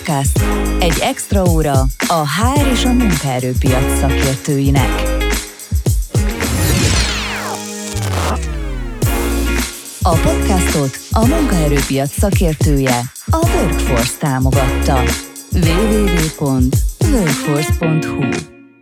Podcast. Egy extra óra a HR és a munkaerőpiac szakértőinek. A podcastot a munkaerőpiac szakértője, a Workforce támogatta. www.workforce.hu.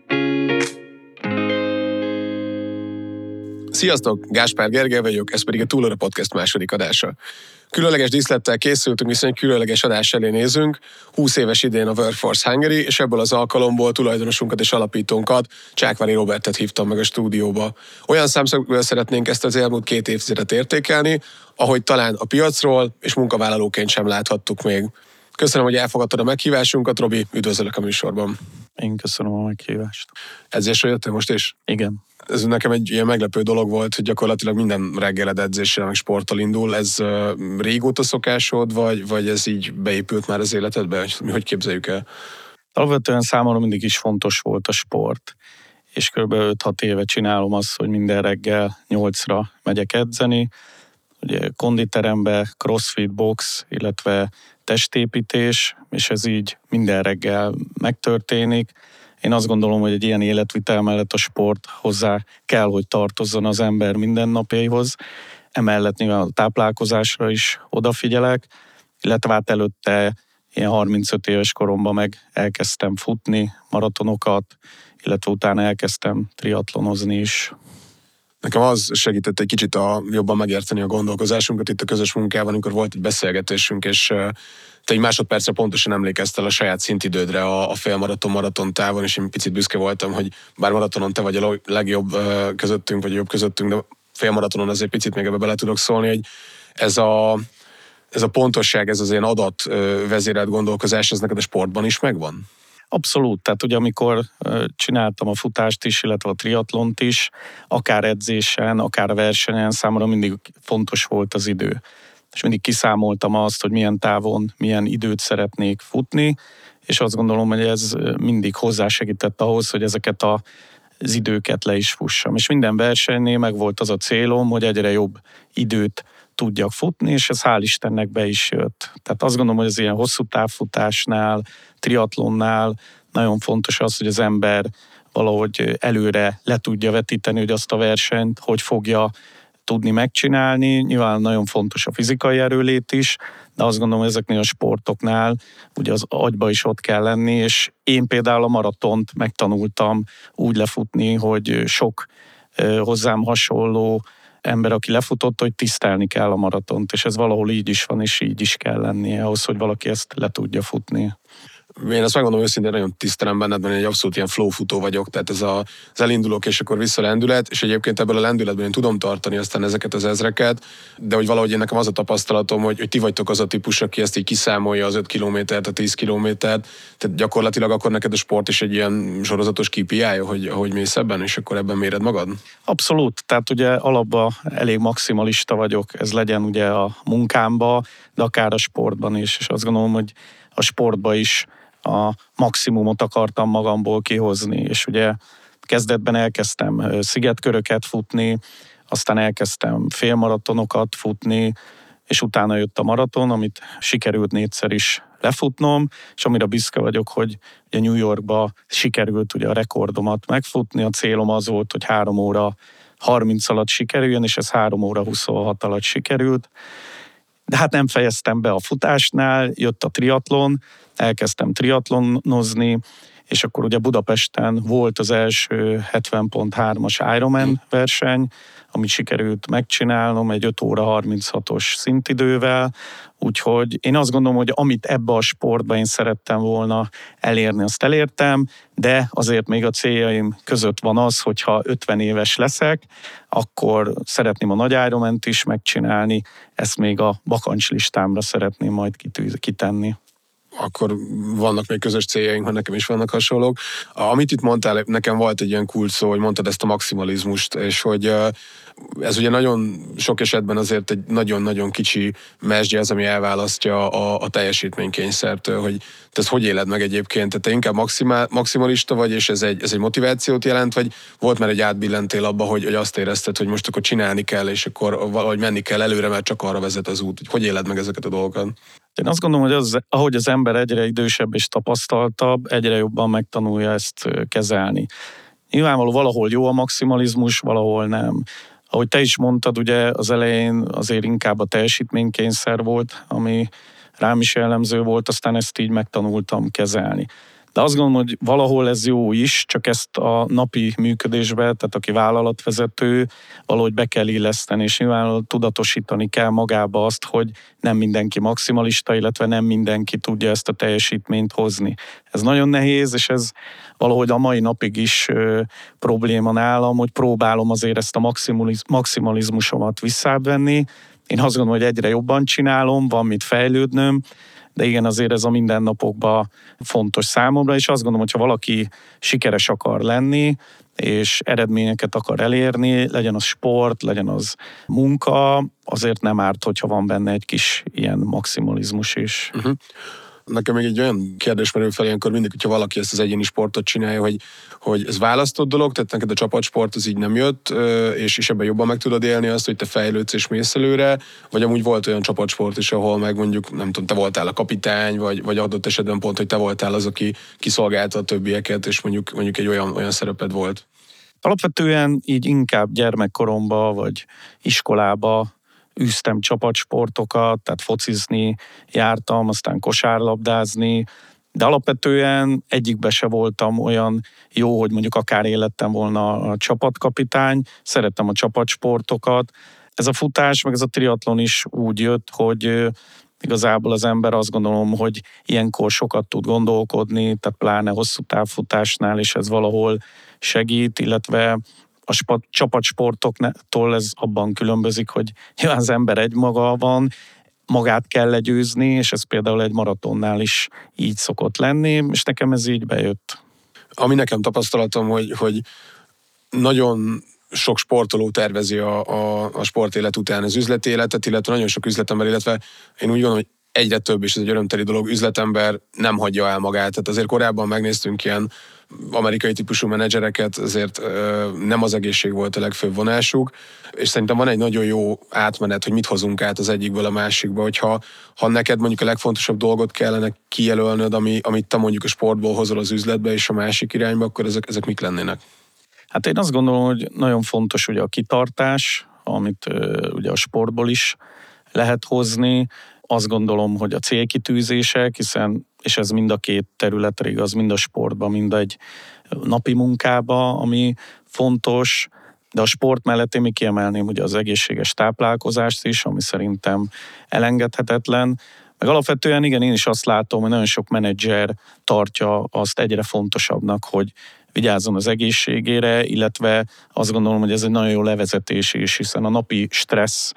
Sziasztok! Gáspár Gergely vagyok, ez pedig a Túlóra Podcast második adása. Különleges díszlettel készültünk, hiszen egy különleges adás elé nézünk. 20 éves idén a Workforce Hungary, és ebből az alkalomból tulajdonosunkat és alapítónkat, Csákvári Robertet hívtam meg a stúdióba. Olyan szemszögből szeretnénk ezt az elmúlt 2 évtizedet értékelni, ahogy talán a piacról és munkavállalóként sem láthattuk még. Köszönöm, hogy elfogadtad a meghívásunkat, Robi, üdvözöllek a műsorban. Én köszönöm a meghívást. Edzésre jöttél most is? Igen. Ez nekem egy ilyen meglepő dolog volt, hogy gyakorlatilag minden reggeled edzéssel meg sporttal indul. Ez régóta szokásod, vagy ez így beépült már az életedbe? Hogy képzeljük el? Alapvetően számomra mindig is fontos volt a sport, és kb. 5-6 éve csinálom azt, hogy minden reggel 8-ra megyek edzeni. Ugye konditerembe, crossfit, box, illetve testépítés, és ez így minden reggel megtörténik. Én azt gondolom, hogy egy ilyen életvitel mellett a sport hozzá kell, hogy tartozzon az ember mindennapjaihoz. Emellett nyilván a táplálkozásra is odafigyelek, illetve hát előtte ilyen 35 éves koromban meg elkezdtem futni maratonokat, illetve utána elkezdtem triatlonozni is. Nekem az segített egy kicsit jobban megérteni a gondolkozásunkat itt a közös munkában, amikor volt egy beszélgetésünk, és te egy másodpercre pontosan emlékeztel a saját szintidődre a félmaraton távon, és én picit büszke voltam, hogy bár maratonon te vagy a legjobb közöttünk, vagy jobb közöttünk, de félmaratonon azért picit még ebbe bele tudok szólni, hogy ez a pontosság, ez az ilyen adatvezérelt gondolkozás, ez neked a sportban is megvan? Abszolút, tehát ugye amikor csináltam a futást is, illetve a triatlont is, akár edzésen, akár versenyen, számomra mindig fontos volt az idő. És mindig kiszámoltam azt, hogy milyen távon, milyen időt szeretnék futni, és azt gondolom, hogy ez mindig hozzásegített ahhoz, hogy ezeket az időket le is fussam. És minden versenynél meg volt az a célom, hogy egyre jobb időt tudjak futni, és ez hál' Istennek be is jött. Tehát azt gondolom, hogy az ilyen hosszú távfutásnál, triatlonnál nagyon fontos az, hogy az ember valahogy előre le tudja vetíteni, hogy azt a versenyt hogy fogja tudni megcsinálni. Nyilván nagyon fontos a fizikai erőlét is, de azt gondolom, hogy ezeknél a sportoknál ugye az agyba is ott kell lenni, és én például a maratont megtanultam úgy lefutni, hogy sok hozzám hasonló ember, aki lefutott, hogy tisztelni kell a maratont, és ez valahol így is van, és így is kell lennie ahhoz, hogy valaki ezt le tudja futni. Én azt megmondom őszintén, nagyon tisztelem benned, mert én egy abszolút ilyen flow futó vagyok, tehát ez az elindulok és akkor vissza lendület, és egyébként ebből a lendületben én tudom tartani aztán ezeket az ezreket, de hogy valahogy én nekem az a tapasztalatom, hogy ti vagytok az a típus, aki ezt így kiszámolja az 5 kilométert, a 10 kilométert, tehát gyakorlatilag akkor neked a sport is egy ilyen sorozatos KPI-ja, hogy mész ebben, és akkor ebben méred magad? Abszolút, tehát ugye alapban elég maximalista vagyok, ez legyen ugye a munkámba, de akár a sportban is, és azt gondolom, hogy a sportban is a maximumot akartam magamból kihozni, és ugye kezdetben elkezdtem szigetköröket futni, aztán elkezdtem félmaratonokat futni, és utána jött a maraton, amit sikerült 4-szer is lefutnom, és amire büszke vagyok, hogy ugye New Yorkba sikerült ugye a rekordomat megfutni, a célom az volt, hogy 3 óra 30 alatt sikerüljön, és ez 3 óra 26 alatt sikerült. De hát nem fejeztem be a futásnál, jött a triatlon, elkezdtem triatlonozni, és akkor ugye Budapesten volt az első 70.3-as Ironman verseny, amit sikerült megcsinálnom egy 5 óra 36-os szintidővel, úgyhogy én azt gondolom, hogy amit ebbe a sportba én szerettem volna elérni, azt elértem, de azért még a céljaim között van az, hogyha 50 éves leszek, akkor szeretném a nagy Ironmant is megcsinálni, ezt még a bakancslistámra szeretném majd kitenni. Akkor vannak még közös céljaink, mert nekem is vannak hasonlók. Amit itt mondtál, nekem volt egy ilyen kulcs szó, hogy mondtad ezt a maximalizmust, és hogy ez ugye nagyon sok esetben azért egy nagyon-nagyon kicsi mesdje az, ami elválasztja a teljesítménykényszertől, hogy te ezt hogy éled meg egyébként? Tehát te inkább maximalista vagy, és ez egy motivációt jelent, vagy volt már egy átbillentél abba, hogy azt érezted, hogy most akkor csinálni kell, és akkor valahogy menni kell előre, mert csak arra vezet az út. Hogy éled meg ezeket a dolgokat? Én azt gondolom, hogy ahogy az ember egyre idősebb és tapasztaltabb, egyre jobban megtanulja ezt kezelni. Nyilvánvaló valahol jó a maximalizmus, valahol nem. Ahogy te is mondtad, ugye az elején azért inkább a teljesítménykényszer volt, ami rám is jellemző volt, aztán ezt így megtanultam kezelni. De azt gondolom, hogy valahol ez jó is, csak ezt a napi működésbe, tehát aki vállalatvezető, valahogy be kell illeszteni, és nyilván tudatosítani kell magába azt, hogy nem mindenki maximalista, illetve nem mindenki tudja ezt a teljesítményt hozni. Ez nagyon nehéz, és ez valahogy a mai napig is probléma nálam, hogy próbálom azért ezt a maximalizmusomat visszavenni. Én azt gondolom, hogy egyre jobban csinálom, van mit fejlődnöm, de igen, azért ez a mindennapokban fontos számomra, és azt gondolom, hogy ha valaki sikeres akar lenni, és eredményeket akar elérni, legyen az sport, legyen az munka, azért nem árt, hogyha van benne egy kis ilyen maximalizmus is. Uh-huh. Nekem még egy olyan kérdés merül fel ilyenkor mindig, hogyha valaki ezt az egyéni sportot csinálja, hogy ez választott dolog, tehát neked a csapatsport az így nem jött, és ebben jobban meg tudod élni azt, hogy te fejlődsz és mész előre, vagy amúgy volt olyan csapatsport is, ahol meg mondjuk, nem tudom, te voltál a kapitány, vagy adott esetben pont, hogy te voltál az, aki kiszolgálta a többieket, és mondjuk egy olyan szereped volt. Alapvetően így inkább gyermekkoromba, vagy iskolába űztem csapatsportokat, tehát focizni jártam, aztán kosárlabdázni, de alapvetően egyikbe se voltam olyan jó, hogy mondjuk akár élettem volna a csapatkapitány, szerettem a csapatsportokat. Ez a futás, meg ez a triatlon is úgy jött, hogy igazából az ember azt gondolom, hogy ilyenkor sokat tud gondolkodni, tehát pláne hosszú távfutásnál, és ez valahol segít, illetve a csapatsportoktól ez abban különbözik, hogy nyilván az ember egymaga van, magát kell legyőzni, és ez például egy maratonnál is így szokott lenni, és nekem ez így bejött. Ami nekem tapasztalatom, hogy nagyon sok sportoló tervezi a sportélet után az üzleti életet, illetve nagyon sok üzletember, illetve én úgy gondolom, hogy egyre több, és ez egy örömteli dolog, üzletember nem hagyja el magát. Tehát azért korábban megnéztünk ilyen amerikai típusú menedzsereket, azért nem az egészség volt a legfőbb vonásuk, és szerintem van egy nagyon jó átmenet, hogy mit hozunk át az egyikből a másikba, hogyha neked mondjuk a legfontosabb dolgot kellene kijelölnöd, amit te mondjuk a sportból hozol az üzletbe és a másik irányba, akkor ezek mik lennének? Hát én azt gondolom, hogy nagyon fontos ugye a kitartás, amit ugye a sportból is lehet hozni. Azt gondolom, hogy a célkitűzések, és ez mind a két területre igaz, mind a sportban, mind egy napi munkába, ami fontos, de a sport mellett én még kiemelném ugye az egészséges táplálkozást is, ami szerintem elengedhetetlen. Meg alapvetően igen, én is azt látom, hogy nagyon sok menedzser tartja azt egyre fontosabbnak, hogy vigyázzon az egészségére, illetve azt gondolom, hogy ez egy nagyon jó levezetés is, hiszen a napi stressz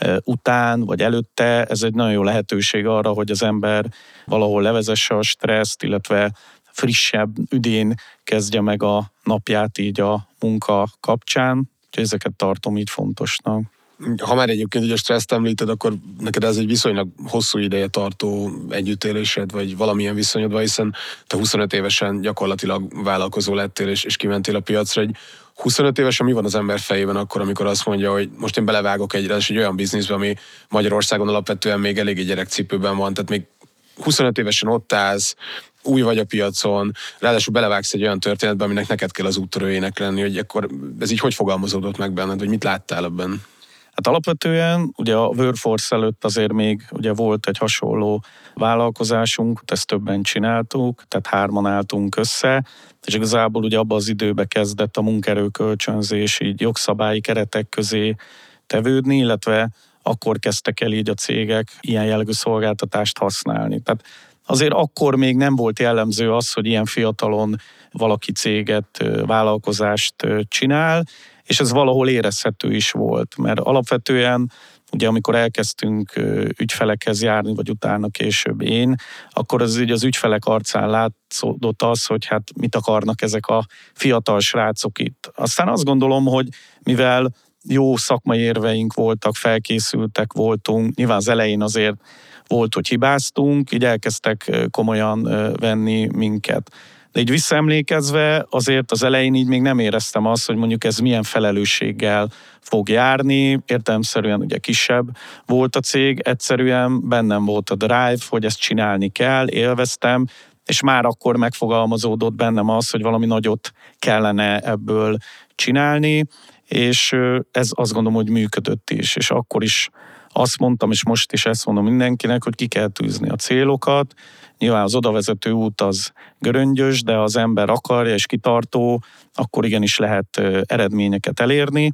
után vagy előtte ez egy nagyon jó lehetőség arra, hogy az ember valahol levezesse a stresszt, illetve frissebb, üdén kezdje meg a napját így a munka kapcsán. Úgyhogy ezeket tartom így fontosnak. Ha már egyébként ugye a stresszt említed, akkor neked ez egy viszonylag hosszú ideje tartó együttélésed, vagy valamilyen viszonyod van, hiszen te 25 évesen gyakorlatilag vállalkozó lettél, és kimentél a piacra. Egy 25 évesen mi van az ember fejében akkor, amikor azt mondja, hogy most én belevágok egy olyan bizniszbe, ami Magyarországon alapvetően még eléggé gyerekcipőben van, tehát még 25 évesen ott állsz, új vagy a piacon, ráadásul belevágsz egy olyan történetbe, aminek neked kell az úttörőjének lenni, hogy akkor ez így hogy fogalmazódott meg benned, vagy mit láttál ebben? Hát alapvetően ugye a Workforce előtt azért még ugye volt egy hasonló vállalkozásunk, ezt többen csináltuk, tehát 3-an álltunk össze, és igazából ugye abban az időben kezdett a munkaerőkölcsönzés így jogszabályi keretek közé tevődni, illetve akkor kezdtek el így a cégek ilyen jellegű szolgáltatást használni. Tehát azért akkor még nem volt jellemző az, hogy ilyen fiatalon valaki céget, vállalkozást csinál, és ez valahol érezhető is volt, mert alapvetően ugye amikor elkezdtünk ügyfelekhez járni, vagy utána később én, akkor az így az ügyfelek arcán látszódott az, hogy hát mit akarnak ezek a fiatal srácok itt. Aztán azt gondolom, hogy mivel jó szakmai érveink voltak, felkészültek voltunk, nyilván az elején azért volt, hogy hibáztunk, így elkezdtek komolyan venni minket. De így visszaemlékezve azért az elején így még nem éreztem azt, hogy mondjuk ez milyen felelősséggel fog járni. Értelemszerűen ugye kisebb volt a cég, egyszerűen bennem volt a drive, hogy ezt csinálni kell, élveztem, és már akkor megfogalmazódott bennem az, hogy valami nagyot kellene ebből csinálni, és ez azt gondolom, hogy működött is, és akkor is azt mondtam, és most is ezt mondom mindenkinek, hogy ki kell tűzni a célokat. Nyilván az odavezető út az göröngyös, de az ember akarja és kitartó, akkor igenis lehet eredményeket elérni.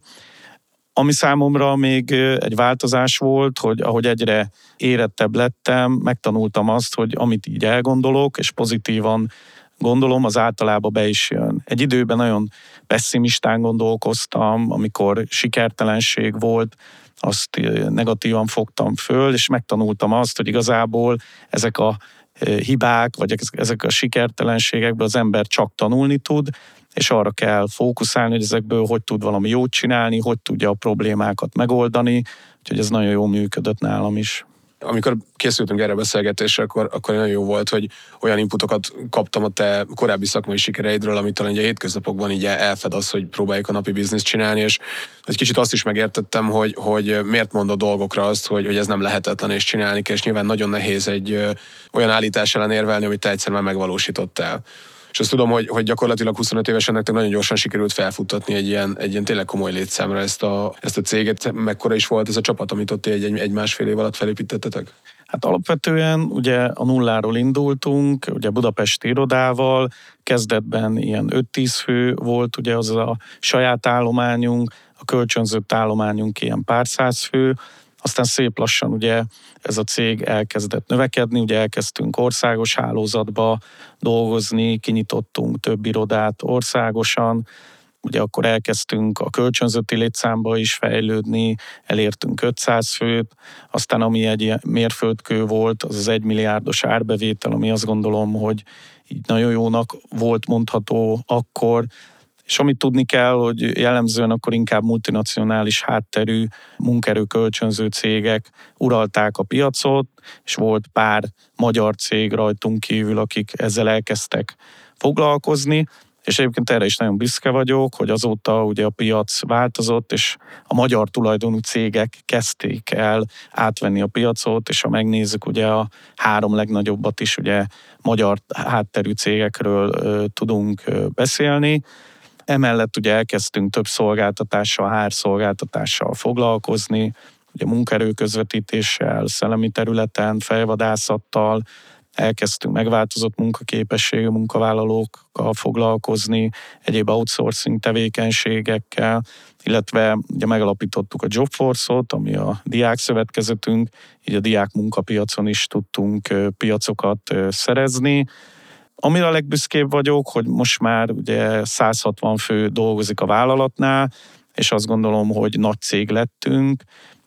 Ami számomra még egy változás volt, hogy ahogy egyre érettebb lettem, megtanultam azt, hogy amit így elgondolok, és pozitívan gondolom, az általában be is jön. Egy időben nagyon pesszimistán gondolkoztam, amikor sikertelenség volt, azt negatívan fogtam föl, és megtanultam azt, hogy igazából ezek a hibák, vagy ezek a sikertelenségekből az ember csak tanulni tud, és arra kell fókuszálni, hogy ezekből hogy tud valami jót csinálni, hogy tudja a problémákat megoldani, úgyhogy ez nagyon jól működött nálam is. Amikor készültünk erre a beszélgetésre, akkor nagyon jó volt, hogy olyan inputokat kaptam a te korábbi szakmai sikereidről, amit talán a hétköznapokban így elfed az, hogy próbáljuk a napi bizniszt csinálni, és egy kicsit azt is megértettem, hogy miért mondod dolgokra azt, hogy ez nem lehetetlen és csinálni kell, és nyilván nagyon nehéz egy olyan állítás ellen érvelni, amit te egyszer már megvalósítottál. És azt tudom, hogy gyakorlatilag 25 évesen nektek nagyon gyorsan sikerült felfuttatni egy ilyen tényleg komoly létszámra ezt a céget. Mekkora is volt ez a csapat, amit ott egy másfél év alatt felépítettetek? Hát alapvetően ugye a nulláról indultunk, ugye budapesti irodával, kezdetben ilyen 5-10 fő volt, ugye az a saját állományunk, a kölcsönzött állományunk ilyen pár száz fő, aztán szép lassan ugye ez a cég elkezdett növekedni, ugye elkezdtünk országos hálózatba dolgozni, kinyitottunk több irodát országosan, ugye akkor elkezdtünk a kölcsönzötti létszámba is fejlődni, elértünk 500 főt, aztán ami egy mérföldkő volt, az az 1 milliárdos árbevétel, ami azt gondolom, hogy így nagyon jónak volt mondható akkor. És amit tudni kell, hogy jellemzően akkor inkább multinacionális hátterű munkaerőkölcsönző cégek uralták a piacot, és volt pár magyar cég rajtunk kívül, akik ezzel elkezdtek foglalkozni, és egyébként erre is nagyon büszke vagyok, hogy azóta ugye a piac változott, és a magyar tulajdonú cégek kezdték el átvenni a piacot, és ha megnézzük, ugye a 3 legnagyobbat is ugye magyar hátterű cégekről tudunk beszélni. Emellett ugye elkezdtünk több szolgáltatással, HR szolgáltatással foglalkozni, ugye munkaerőközvetítéssel, szellemi területen, fejvadászattal, elkezdtünk megváltozott munkaképességű munkavállalókkal foglalkozni, egyéb outsourcing tevékenységekkel, illetve ugye megalapítottuk a Jobforce-ot, ami a diákszövetkezetünk, így a diák munkapiacon is tudtunk piacokat szerezni. Amire a legbüszkébb vagyok, hogy most már ugye 160 fő dolgozik a vállalatnál, és azt gondolom, hogy nagy cég lettünk,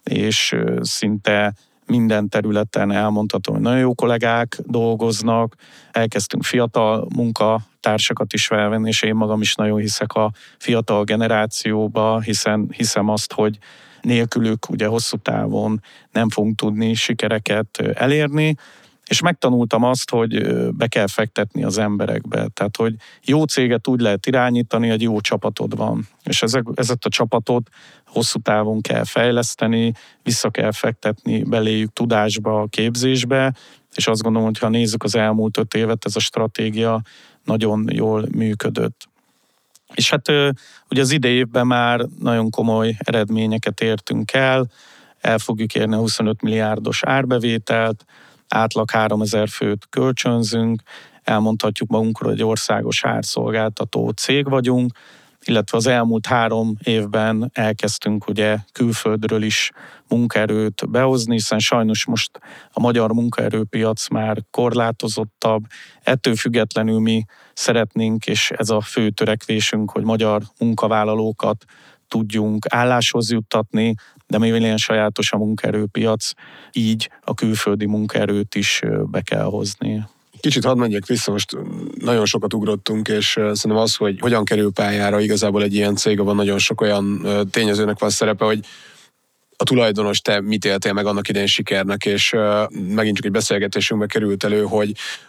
és szinte minden területen elmondhatom, hogy nagyon jó kollégák dolgoznak, elkezdtünk fiatal munkatársakat is felvenni, és én magam is nagyon hiszek a fiatal generációba, hiszen hiszem azt, hogy nélkülük ugye hosszú távon nem fogunk tudni sikereket elérni, és megtanultam azt, hogy be kell fektetni az emberekbe. Tehát, hogy jó céget úgy lehet irányítani, hogy jó csapatod van. És ezt a csapatot hosszú távon kell fejleszteni, vissza kell fektetni beléjük tudásba, képzésbe, és azt gondolom, hogy ha nézzük az elmúlt 5 évet, ez a stratégia nagyon jól működött. És hát ugye az idei évben már nagyon komoly eredményeket értünk el fogjuk érni a 25 milliárdos árbevételt, átlag 3000 főt kölcsönzünk, elmondhatjuk magunkról, hogy országos árszolgáltató cég vagyunk, illetve az elmúlt 3 évben elkezdtünk ugye külföldről is munkaerőt behozni, hiszen sajnos most a magyar munkaerőpiac már korlátozottabb, ettől függetlenül mi szeretnénk, és ez a fő törekvésünk, hogy magyar munkavállalókat tudjunk álláshoz juttatni, de mivel ilyen sajátos a munkaerőpiac, így a külföldi munkaerőt is be kell hozni. Kicsit hadd menjek vissza, most nagyon sokat ugrottunk, és szerintem az, hogy hogyan kerül pályára igazából egy ilyen cég, abban nagyon sok olyan tényezőnek van szerepe, hogy a tulajdonos, te mit éltél meg annak idején sikernek, és megint csak egy beszélgetésünkbe került elő, hogy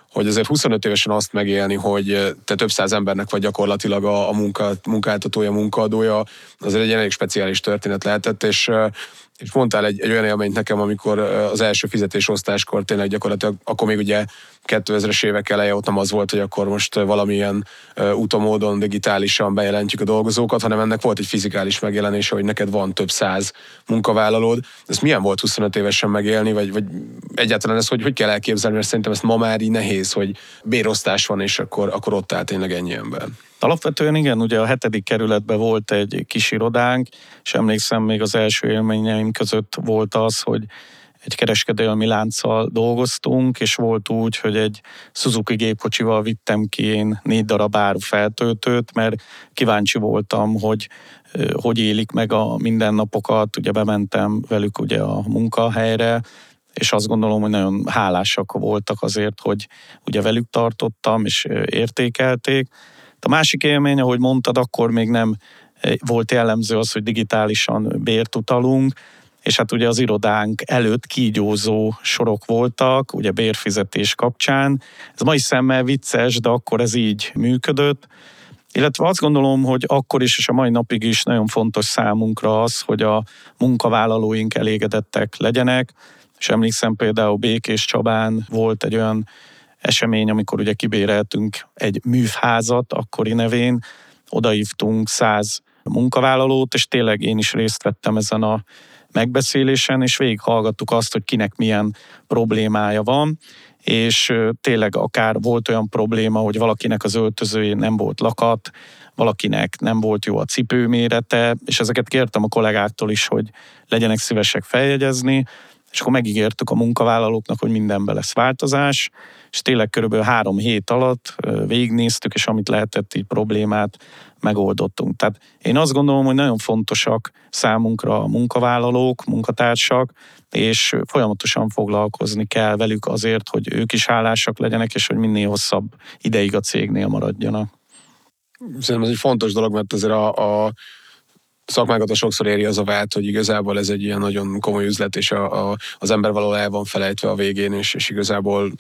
hogy azért 25 évesen azt megélni, hogy te több száz embernek vagy gyakorlatilag a munkáltatója, munkaadója, azért egy elég speciális történet lehetett, és mondtál egy olyan élményt nekem, amikor az első fizetésosztáskor tényleg gyakorlatilag, akkor még ugye 2000-es évek eleje, ott nem az volt, hogy akkor most valamilyen úton-módon digitálisan bejelentjük a dolgozókat, hanem ennek volt egy fizikális megjelenése, hogy neked van több száz munkavállalód. Ez milyen volt 25 évesen megélni, vagy egyáltalán ez hogy kell elképzelni, mert szerintem ezt ma már így nehéz, hogy bérosztás van, és akkor ott áll tényleg ennyi ember. Alapvetően igen, ugye a 7. kerületben volt egy kis irodánk, és emlékszem, még az első élményeim között volt az, hogy egy kereskedelmi lánccal dolgoztunk, és volt úgy, hogy egy Suzuki gépkocsival vittem ki én 4 darab áru feltöltőt, mert kíváncsi voltam, hogy élik meg a mindennapokat, ugye bementem velük ugye a munkahelyre, és azt gondolom, hogy nagyon hálásak voltak azért, hogy ugye velük tartottam, és értékelték. A másik élmény, ahogy mondtad, akkor még nem volt jellemző az, hogy digitálisan bért utalunk, és hát ugye az irodánk előtt kígyózó sorok voltak, ugye bérfizetés kapcsán. Ez mai szemmel vicces, de akkor ez így működött. Illetve azt gondolom, hogy akkor is, és a mai napig is nagyon fontos számunkra az, hogy a munkavállalóink elégedettek legyenek, és emlékszem például Békés Csabán volt egy olyan esemény, amikor ugye kibéreltünk egy művházat akkori nevén, odaívtunk 100 munkavállalót, és tényleg én is részt vettem ezen a megbeszélésen, és végighallgattuk azt, hogy kinek milyen problémája van, és tényleg akár volt olyan probléma, hogy valakinek az öltözőjén nem volt lakat, valakinek nem volt jó a cipőmérete, és ezeket kértem a kollégáktól is, hogy legyenek szívesek feljegyezni, és akkor megígértük a munkavállalóknak, hogy mindenben lesz változás, és tényleg körülbelül 3 hét alatt végignéztük, és amit lehetett, így problémát megoldottunk. Tehát én azt gondolom, hogy nagyon fontosak számunkra a munkavállalók, munkatársak, és folyamatosan foglalkozni kell velük azért, hogy ők is hálásak legyenek, és hogy minél hosszabb ideig a cégnél maradjanak. Szerintem ez egy fontos dolog, mert azért a szakmákat sokszor éri az a vált, hogy igazából ez egy ilyen nagyon komoly üzlet, és az ember valahol el van felejtve a végén, és igazából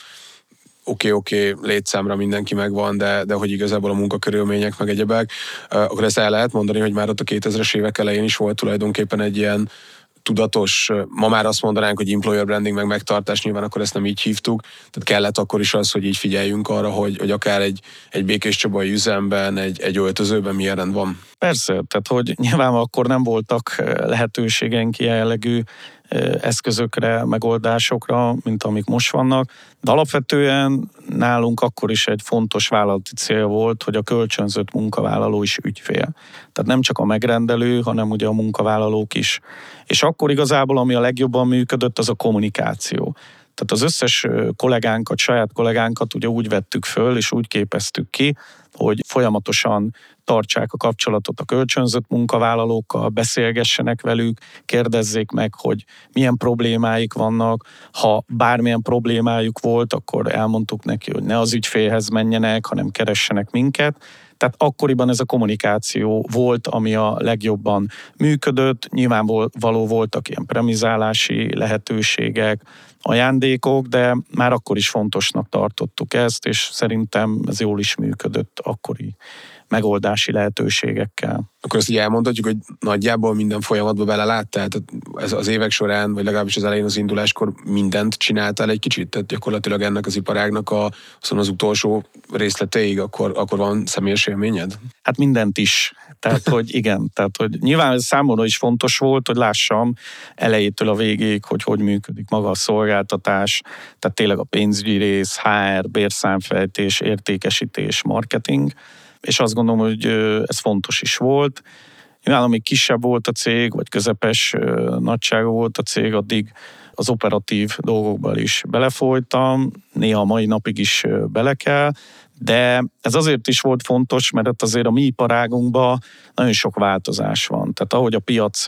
oké, létszámra mindenki megvan, de hogy igazából a munkakörülmények meg egyebek, akkor ezt el lehet mondani, hogy már ott a 2000-es évek elején is volt tulajdonképpen egy ilyen tudatos, ma már azt mondanánk, hogy employer branding meg megtartás, nyilván akkor ezt nem így hívtuk, tehát kellett akkor is az, hogy így figyeljünk arra, hogy akár egy Békés Csabai üzemben, egy öltözőben milyen rend van. Persze, tehát hogy nyilván akkor nem voltak lehetőségeink ilyen jellegű eszközökre, megoldásokra, mint amik most vannak, de alapvetően nálunk akkor is egy fontos vállalati cél volt, hogy a kölcsönzött munkavállaló is ügyfél. Tehát nem csak a megrendelő, hanem ugye a munkavállalók is. És akkor igazából, ami a legjobban működött, az a kommunikáció. Tehát az összes kollégánkat, saját kollégánkat ugye úgy vettük föl, és úgy képeztük ki, hogy folyamatosan tartsák a kapcsolatot a kölcsönzött munkavállalókkal, beszélgessenek velük, kérdezzék meg, hogy milyen problémáik vannak. Ha bármilyen problémájuk volt, akkor elmondtuk neki, hogy ne az ügyfélhez menjenek, hanem keressenek minket. Tehát akkoriban ez a kommunikáció volt, ami a legjobban működött. Nyilvánvaló voltak ilyen premizálási lehetőségek, ajándékok, de már akkor is fontosnak tartottuk ezt, és szerintem ez jól is működött akkori megoldási lehetőségekkel. Akkor ezt így elmondhatjuk, hogy nagyjából minden folyamatban beleláttál? Tehát ez az évek során, vagy legalábbis az elején az induláskor mindent csináltál egy kicsit? Tehát gyakorlatilag ennek az iparágnak az utolsó részleteig akkor van személyes élményed? Hát mindent is. Tehát, hogy igen. Tehát, hogy nyilván ez számomra is fontos volt, hogy lássam elejétől a végéig, hogy működik maga a szolgáltatás, tehát tényleg a pénzügyi rész, HR, bérszámfejtés, értékesítés, marketing, és azt gondolom, hogy ez fontos is volt. Nyilván, amíg kisebb volt a cég, vagy közepes nagyságú volt a cég, addig az operatív dolgokban is belefolytam, néha mai napig is bele kell, de ez azért is volt fontos, mert azért a mi iparágunkban nagyon sok változás van. Tehát ahogy a piac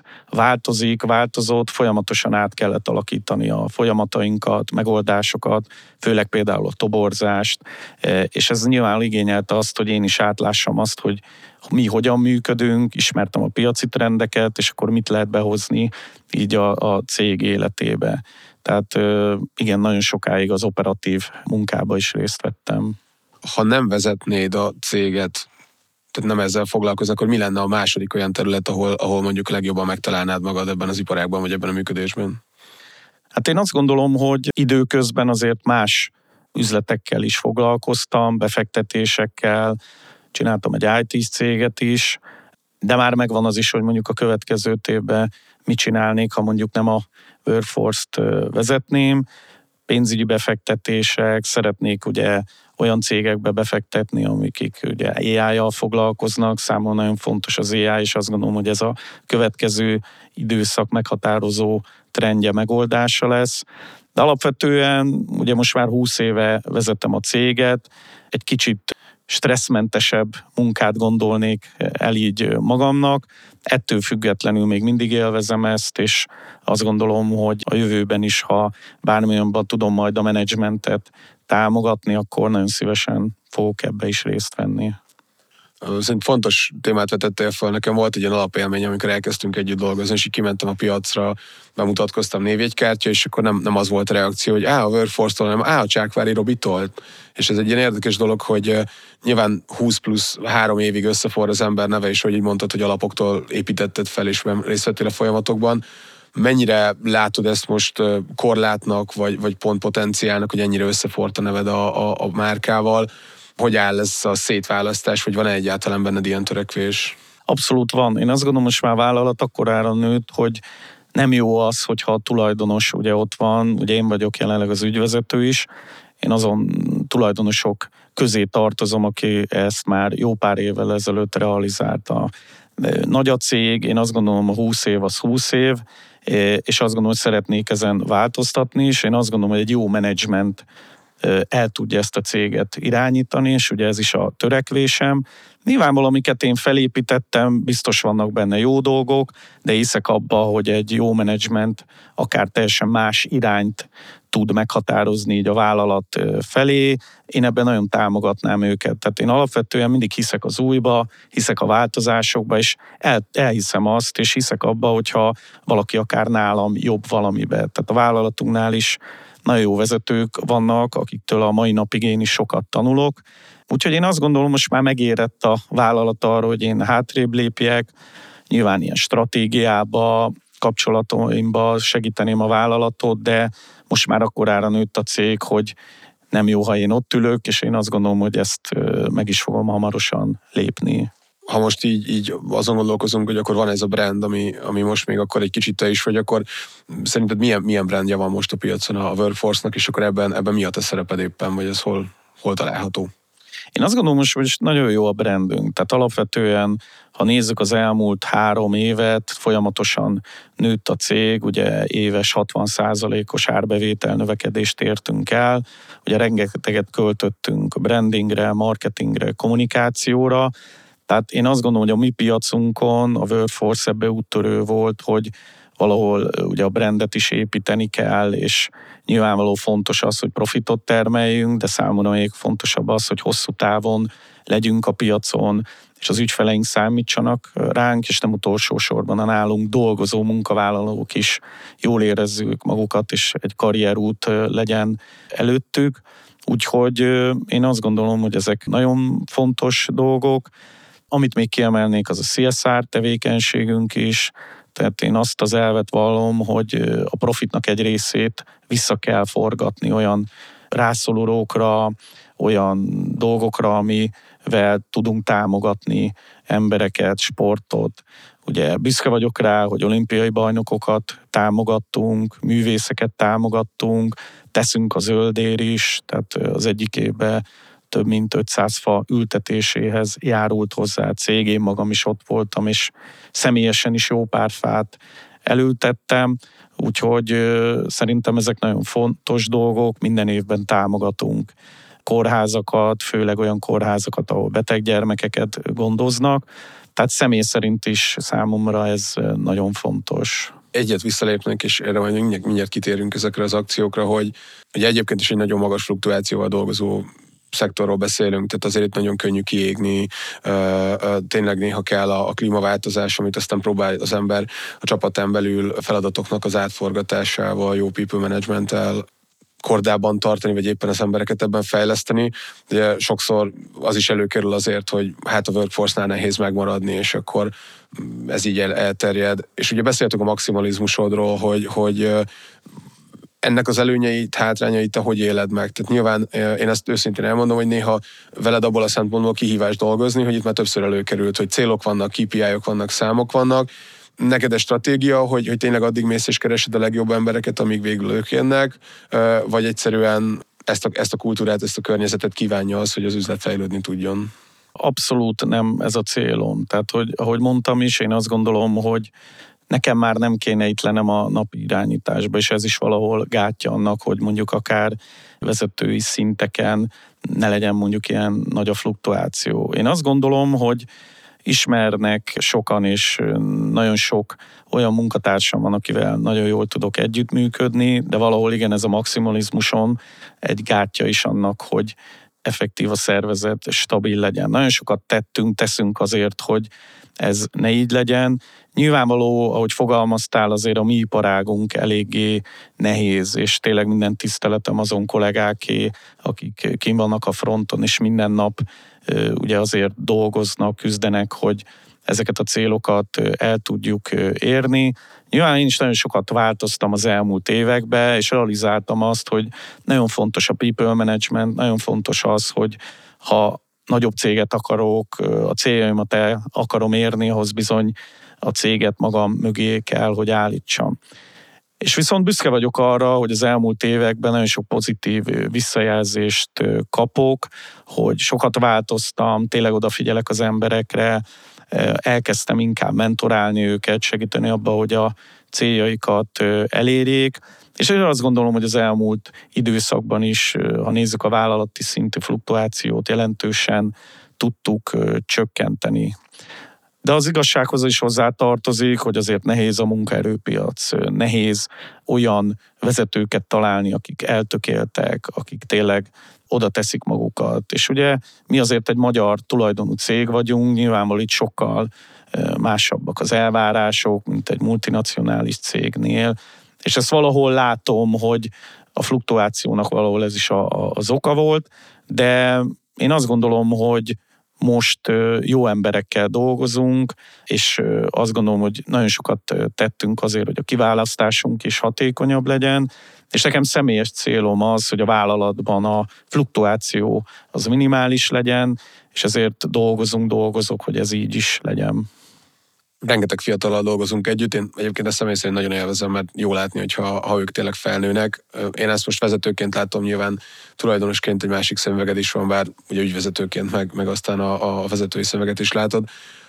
változott, folyamatosan át kellett alakítani a folyamatainkat, megoldásokat, főleg például a toborzást, és ez nyilván igényelte azt, hogy én is átlássam azt, hogy mi hogyan működünk, ismertem a piaci trendeket, és akkor mit lehet behozni így a cég életébe. Tehát igen, nagyon sokáig az operatív munkába is részt vettem. Ha nem vezetnéd a céget, tehát nem ezzel foglalkozol, akkor mi lenne a második olyan terület, ahol mondjuk legjobban megtalálnád magad ebben az iparágban, vagy ebben a működésben? Hát én azt gondolom, hogy időközben azért más üzletekkel is foglalkoztam, befektetésekkel, csináltam egy IT céget is, de már megvan az is, hogy mondjuk a következő évben mit csinálnék, ha mondjuk nem a Workforce-t vezetném. Pénzügyi befektetések, szeretnék ugye olyan cégekbe befektetni, amik ugye AI-jal foglalkoznak, számomra nagyon fontos az AI, és azt gondolom, hogy ez a következő időszak meghatározó trendje, megoldása lesz. De alapvetően ugye most már 20 éve vezetem a céget, egy kicsit stresszmentesebb munkát gondolnék el így magamnak. Ettől függetlenül még mindig élvezem ezt, és azt gondolom, hogy a jövőben is, ha bármilyenben tudom majd a menedzsmentet támogatni, akkor nagyon szívesen fogok ebbe is részt venni. Szerintem fontos témát vetettél fel. Nekem volt egy ilyen alapélmény, amikor elkezdtünk együtt dolgozni, és így kimentem a piacra, bemutatkoztam névjegykártya, és akkor nem az volt a reakció, hogy a Workforce-tól, hanem a Csákvári Robitól. És ez egy ilyen érdekes dolog, hogy nyilván 20+3 évig összeforr az ember neve, és hogy így mondtad, hogy alapoktól építetted fel, és részt vettél a folyamatokban. Mennyire látod ezt most korlátnak, vagy pont potenciálnak, hogy ennyire összeforrt a neved a márkával? Hogy áll ez a szétválasztás, vagy van-e egyáltalán benned ilyen törekvés? Abszolút van. Én azt gondolom, most már a vállalat akkorára nőtt, hogy nem jó az, hogyha a tulajdonos ugye ott van, ugye én vagyok jelenleg az ügyvezető is, én azon tulajdonosok közé tartozom, aki ezt már jó pár évvel ezelőtt realizálta. Nagy a cég, én azt gondolom, a 20 év az 20 év, és azt gondolom, hogy szeretnék ezen változtatni, és én azt gondolom, hogy egy jó menedzsment el tudja ezt a céget irányítani, és ugye ez is a törekvésem. Nyilván valamiket én felépítettem, biztos vannak benne jó dolgok, de hiszek abba, hogy egy jó menedzsment akár teljesen más irányt tud meghatározni így a vállalat felé. Én ebben nagyon támogatnám őket. Tehát én alapvetően mindig hiszek az újba, hiszek a változásokba, és elhiszem azt, és hiszek abba, hogyha valaki akár nálam jobb valamibe. Tehát a vállalatunknál is nagyon jó vezetők vannak, akiktől a mai napig én is sokat tanulok. Úgyhogy én azt gondolom, most már megérett a vállalat arra, hogy én hátrébb lépjek, nyilván ilyen stratégiába, kapcsolataimba segíteném a vállalatot, de most már akkorára nőtt a cég, hogy nem jó, ha én ott ülök, és én azt gondolom, hogy ezt meg is fogom hamarosan lépni. Ha most így azon gondolkozunk, hogy akkor van ez a brand, ami most még akkor egy kicsit te is vagy, akkor szerinted milyen brandja van most a piacon a Workforce-nak, és akkor ebben mi a te szereped éppen, vagy ez hol található? Én azt gondolom, hogy nagyon jó a brandünk. Tehát alapvetően, ha nézzük az elmúlt 3 évet, folyamatosan nőtt a cég, ugye éves 60%-os árbevétel növekedést értünk el, ugye rengeteget költöttünk a brandingre, marketingre, kommunikációra. Tehát én azt gondolom, hogy a mi piacunkon a Workforce ebbe úttörő volt, hogy valahol ugye a brandet is építeni kell, és nyilvánvaló fontos az, hogy profitot termeljünk, de számomra még fontosabb az, hogy hosszú távon legyünk a piacon, és az ügyfeleink számítsanak ránk, és nem utolsó sorban a nálunk dolgozó munkavállalók is jól érezzük magukat, és egy karrierút legyen előttük. Úgyhogy én azt gondolom, hogy ezek nagyon fontos dolgok. Amit még kiemelnék, az a CSR tevékenységünk is, tehát én azt az elvet vallom, hogy a profitnak egy részét vissza kell forgatni olyan rászorulókra, olyan dolgokra, amivel tudunk támogatni embereket, sportot. Ugye büszke vagyok rá, hogy olimpiai bajnokokat támogattunk, művészeket támogattunk, teszünk a zöldér is, tehát az egyik évben több mint 500 fa ültetéséhez járult hozzá a cég, én magam is ott voltam, és személyesen is jó pár fát elültettem, úgyhogy szerintem ezek nagyon fontos dolgok, minden évben támogatunk kórházakat, főleg olyan kórházakat, ahol beteg gyermekeket gondoznak, tehát személy szerint is számomra ez nagyon fontos. Egyet visszalépnek, és erre majd mindjárt kitérünk ezekre az akciókra, hogy egyébként is egy nagyon magas fluktuációval dolgozó szektorról beszélünk, tehát azért itt nagyon könnyű kiégni, tényleg néha kell a klímaváltozás, amit aztán próbál az ember a csapatán belül feladatoknak az átforgatásával, jó people managementtel kordában tartani, vagy éppen az embereket ebben fejleszteni. Ugye sokszor az is előkerül azért, hogy hát a workforce-nál nehéz megmaradni, és akkor ez így elterjed. És ugye beszéltünk a maximalizmusodról, hogy ennek az előnyeit, hátrányait te hogy éled meg? Tehát nyilván én ezt őszintén elmondom, hogy néha veled abból a szempontból kihívás dolgozni, hogy itt már többször előkerült, hogy célok vannak, KPI-ok vannak, számok vannak. Neked egy stratégia, hogy tényleg addig mész és keresed a legjobb embereket, amíg végül ők jönnek, vagy egyszerűen ezt a kultúrát, ezt a környezetet kívánja az, hogy az üzlet fejlődni tudjon? Abszolút nem ez a célom. Tehát, hogy ahogy mondtam is, én azt gondolom, hogy nekem már nem kéne itt lennem a napi irányításba, és ez is valahol gátja annak, hogy mondjuk akár vezetői szinteken ne legyen mondjuk ilyen nagy a fluktuáció. Én azt gondolom, hogy ismernek sokan, és nagyon sok olyan munkatársam van, akivel nagyon jól tudok együttműködni, de valahol igen, ez a maximalizmuson egy gátja is annak, hogy effektív a szervezet, stabil legyen. Nagyon sokat teszünk azért, hogy ez ne így legyen. Nyilvánvaló, ahogy fogalmaztál, azért a mi iparágunk eléggé nehéz, és tényleg minden tiszteletem azon kollégáké, akik kint vannak a fronton, és minden nap ugye azért dolgoznak, küzdenek, hogy ezeket a célokat el tudjuk érni. Nyilván én is nagyon sokat változtam az elmúlt években, és realizáltam azt, hogy nagyon fontos a people management, nagyon fontos az, hogy ha nagyobb céget akarok, a céljaimat el akarom érni, ahhoz bizony a céget magam mögé kell, hogy állítsam. És viszont büszke vagyok arra, hogy az elmúlt években nagyon sok pozitív visszajelzést kapok, hogy sokat változtam, tényleg odafigyelek az emberekre, elkezdtem inkább mentorálni őket, segíteni abba, hogy a céljaikat elérjék, és én azt gondolom, hogy az elmúlt időszakban is, ha nézzük a vállalati szintű fluktuációt, jelentősen tudtuk csökkenteni. De az igazsághoz is hozzátartozik, hogy azért nehéz a munkaerőpiac, nehéz olyan vezetőket találni, akik eltökéltek, akik tényleg oda teszik magukat. És ugye mi azért egy magyar tulajdonú cég vagyunk, nyilvánvalóan itt sokkal másabbak az elvárások, mint egy multinacionális cégnél, és ezt valahol látom, hogy a fluktuációnak valahol ez is az oka volt, de én azt gondolom, hogy most jó emberekkel dolgozunk, és azt gondolom, hogy nagyon sokat tettünk azért, hogy a kiválasztásunk is hatékonyabb legyen, és nekem személyes célom az, hogy a vállalatban a fluktuáció az minimális legyen, és ezért dolgozok, hogy ez így is legyen. Rengeteg fiatallal dolgozunk együtt, én egyébként ezt személy szerint nagyon élvezem, mert jó látni, hogyha ők tényleg felnőnek. Én ezt most vezetőként látom, nyilván tulajdonosként egy másik szemüveged is van, bár ugye ügyvezetőként meg aztán a vezetői szemüveget is látod.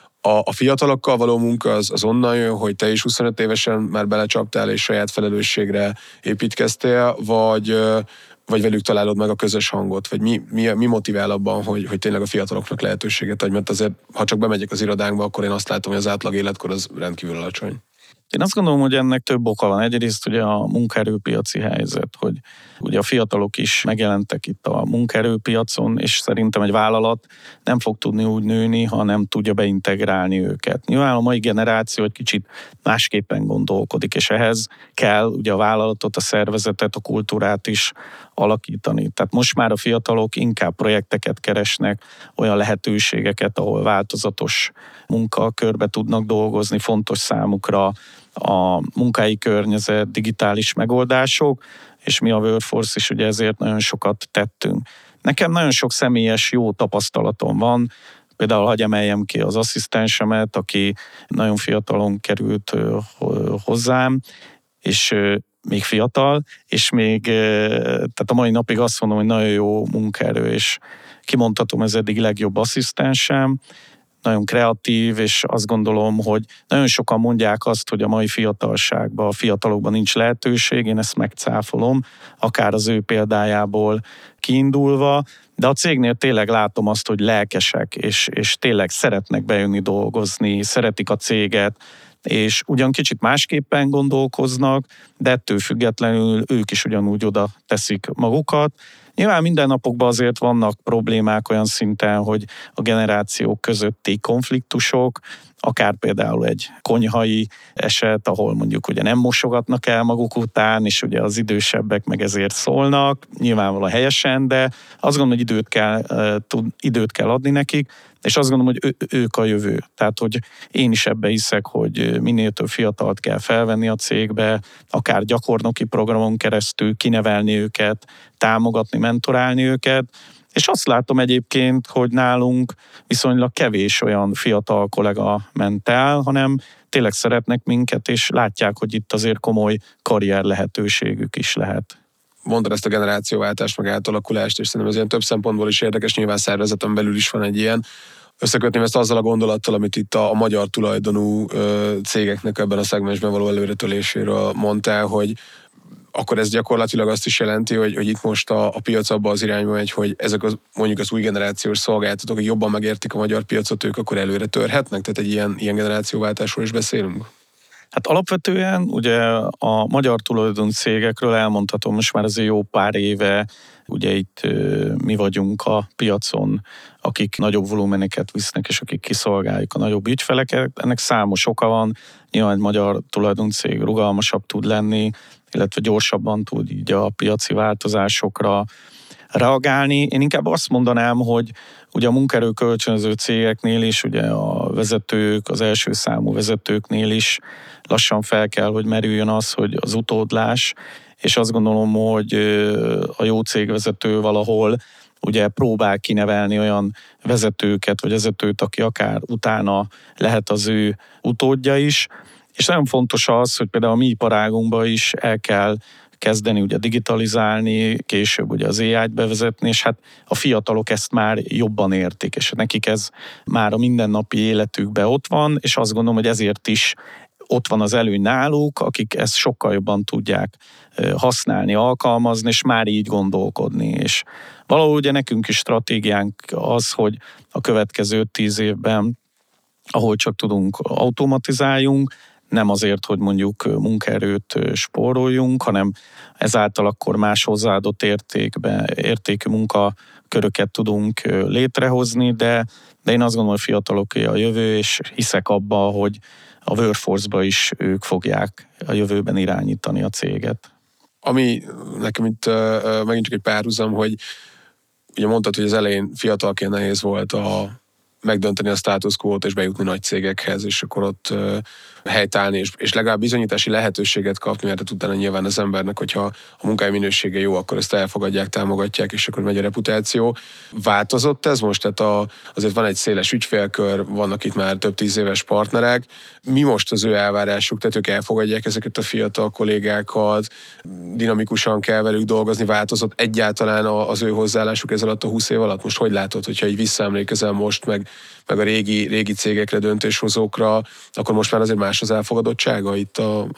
A fiatalokkal való munka az onnan jön, hogy te is 25 évesen már belecsaptál és saját felelősségre építkeztél, vagy velük találod meg a közös hangot, vagy mi motivál abban, hogy tényleg a fiataloknak lehetőséget adj, mert azért, ha csak bemegyek az irodánkba, akkor én azt látom, hogy az átlag életkor az rendkívül alacsony. Én azt gondolom, hogy ennek több oka van. Egyrészt ugye a munkaerőpiaci helyzet, hogy ugye a fiatalok is megjelentek itt a munkaerőpiacon, és szerintem egy vállalat nem fog tudni úgy nőni, ha nem tudja beintegrálni őket. Nyilván a mai generáció egy kicsit másképpen gondolkodik, és ehhez kell ugye a vállalatot, a szervezetet, a kultúrát is alakítani. Tehát most már a fiatalok inkább projekteket keresnek, olyan lehetőségeket, ahol változatos munkakörbe tudnak dolgozni, fontos számukra a munkahelyi környezet, digitális megoldások, és mi a Workforce is ugye ezért nagyon sokat tettünk. Nekem nagyon sok személyes jó tapasztalatom van, például hadd emeljem ki az asszisztensemet, aki nagyon fiatalon került hozzám, és még fiatal, és még tehát a mai napig azt mondom, hogy nagyon jó munkaerő, és kimondhatom, ez eddig legjobb asszisztensem, nagyon kreatív, és azt gondolom, hogy nagyon sokan mondják azt, hogy a mai fiatalságban, a fiatalokban nincs lehetőség, én ezt megcáfolom, akár az ő példájából kiindulva, de a cégnél tényleg látom azt, hogy lelkesek, és tényleg szeretnek bejönni dolgozni, szeretik a céget, és ugyan kicsit másképpen gondolkoznak, de ettől függetlenül ők is ugyanúgy oda teszik magukat, Nyilván mindennapokban azért vannak problémák olyan szinten, hogy a generációk közötti konfliktusok, akár például egy konyhai eset, ahol mondjuk ugye nem mosogatnak el maguk után, és ugye az idősebbek meg ezért szólnak, nyilvánvalóan helyesen, de azt gondolom, hogy időt kell adni nekik, és azt gondolom, hogy ők a jövő. Tehát, hogy én is ebbe hiszek, hogy minél több fiatalt kell felvenni a cégbe, akár gyakornoki programon keresztül kinevelni őket, támogatni, mentorálni őket, és azt látom egyébként, hogy nálunk viszonylag kevés olyan fiatal kollega ment el, hanem tényleg szeretnek minket, és látják, hogy itt azért komoly karrier lehetőségük is lehet. Mondod ezt a generációváltást, meg átalakulást, és szerintem ez ilyen több szempontból is érdekes, nyilván szervezeten belül is van egy ilyen. Összekötném ezt azzal a gondolattal, amit itt a magyar tulajdonú cégeknek ebben a szegmensben való előretöléséről mondtál, hogy akkor ez gyakorlatilag azt is jelenti, hogy itt most a piac abba az irányba megy, hogy ezek mondjuk az új generációs szolgáltatók, akik jobban megértik a magyar piacot, ők akkor előre törhetnek? Tehát egy ilyen generációváltásról is beszélünk? Hát alapvetően ugye a magyar tulajdonú cégekről elmondhatom most már azért jó pár éve, ugye itt mi vagyunk a piacon, akik nagyobb volumeneket visznek, és akik kiszolgáljuk a nagyobb ügyfeleket. Ennek számos oka van. Nyilván egy magyar tulajdonú cég rugalmasabb tud lenni, illetve gyorsabban tud így a piaci változásokra reagálni. Én inkább azt mondanám, hogy ugye a munkaerő kölcsönző cégeknél is, ugye a vezetők, az első számú vezetőknél is lassan fel kell, hogy merüljön az, hogy az utódlás, és azt gondolom, hogy a jó cégvezető valahol ugye próbál kinevelni olyan vezetőket, vagy vezetőt, aki akár utána lehet az ő utódja is. És nagyon fontos az, hogy például a mi iparágunkban is el kell kezdeni ugye digitalizálni, később ugye az AI-t bevezetni, és hát a fiatalok ezt már jobban értik, és nekik ez már a mindennapi életükben ott van, és azt gondolom, hogy ezért is ott van az előny náluk, akik ezt sokkal jobban tudják használni, alkalmazni, és már így gondolkodni. És valahogy ugye nekünk is stratégiánk az, hogy a következő 10 évben, ahol csak tudunk, automatizáljunk, nem azért, hogy mondjuk munkaerőt spóroljunk, hanem ezáltal akkor más hozzáadott értékű munkaköröket tudunk létrehozni, de én azt gondolom, hogy fiataloké a jövő, és hiszek abba, hogy a workforce-ba is ők fogják a jövőben irányítani a céget. Ami nekem itt megint csak egy párhuzam, hogy ugye mondtad, hogy az elején fiatalként nehéz volt megdönteni a status quo-t és bejutni nagy cégekhez, és akkor ott helytállni, és legalább bizonyítási lehetőséget kapni, mert utána nyilván az embernek, hogyha a munkája minősége jó, akkor ezt elfogadják, támogatják, és akkor megy a reputáció. Változott ez most? Tehát azért van egy széles ügyfélkör, vannak itt már több 10 éves partnerek. Mi most az ő elvárásuk? Tehát ők elfogadják ezeket a fiatal kollégákat, dinamikusan kell velük dolgozni, változott egyáltalán az ő hozzáállásuk ez alatt a 20 év alatt? Most hogy látod, hogyha így visszaemlékezel most, meg a régi cégekre, döntéshozókra, akkor most már azért más az elfogadottsága itt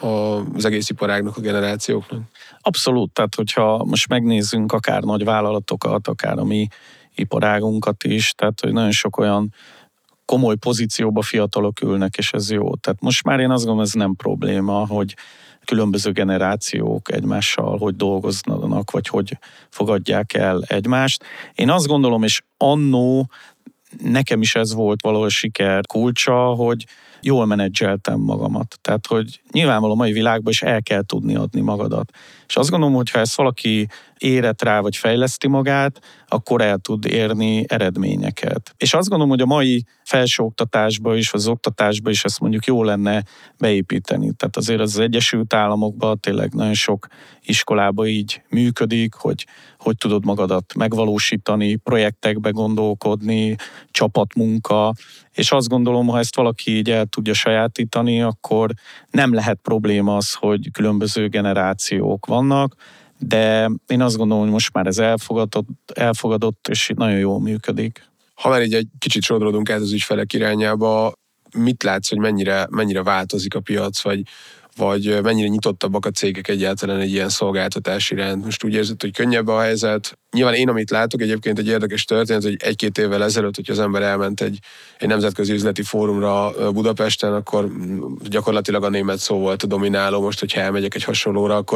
az egész iparágnak, a generációknak? Abszolút, tehát hogyha most megnézzünk akár nagy vállalatokat, akár a mi iparágunkat is, tehát hogy nagyon sok olyan komoly pozícióba fiatalok ülnek, és ez jó. Tehát most már én azt gondolom, ez nem probléma, hogy különböző generációk egymással hogy dolgoznak, vagy hogy fogadják el egymást. Én azt gondolom, és annó nekem is ez volt valahol siker kulcsa, hogy jól menedzseltem magamat. Tehát, hogy nyilvánvalóan a mai világban is el kell tudni adni magadat. És azt gondolom, hogy ha ezt valaki érett rá, vagy fejleszti magát, akkor el tud érni eredményeket. És azt gondolom, hogy a mai felsőoktatásban is, vagy az oktatásban is ezt mondjuk jó lenne beépíteni. Tehát azért az Egyesült Államokban tényleg nagyon sok iskolában így működik, hogy tudod magadat megvalósítani, projektekbe gondolkodni, csapatmunka, és azt gondolom, ha ezt valaki így el tudja sajátítani, akkor nem lehet probléma az, hogy különböző generációk vannak, de én azt gondolom, hogy most már ez elfogadott és nagyon jól működik. Ha már így egy kicsit sodródunk át az ügyfelek irányába, mit látsz, hogy mennyire változik a piac, vagy mennyire nyitottabbak a cégek egyáltalán egy ilyen szolgáltatás iránt? Most úgy érzed, hogy könnyebb a helyzet? Nyilván én, amit látok, egyébként egy érdekes történet, hogy 1-2 évvel ezelőtt, hogyha az ember elment egy nemzetközi üzleti fórumra Budapesten, akkor gyakorlatilag a német szó volt a domináló. Most, hogyha elmegyek egy hasonlóra, akkor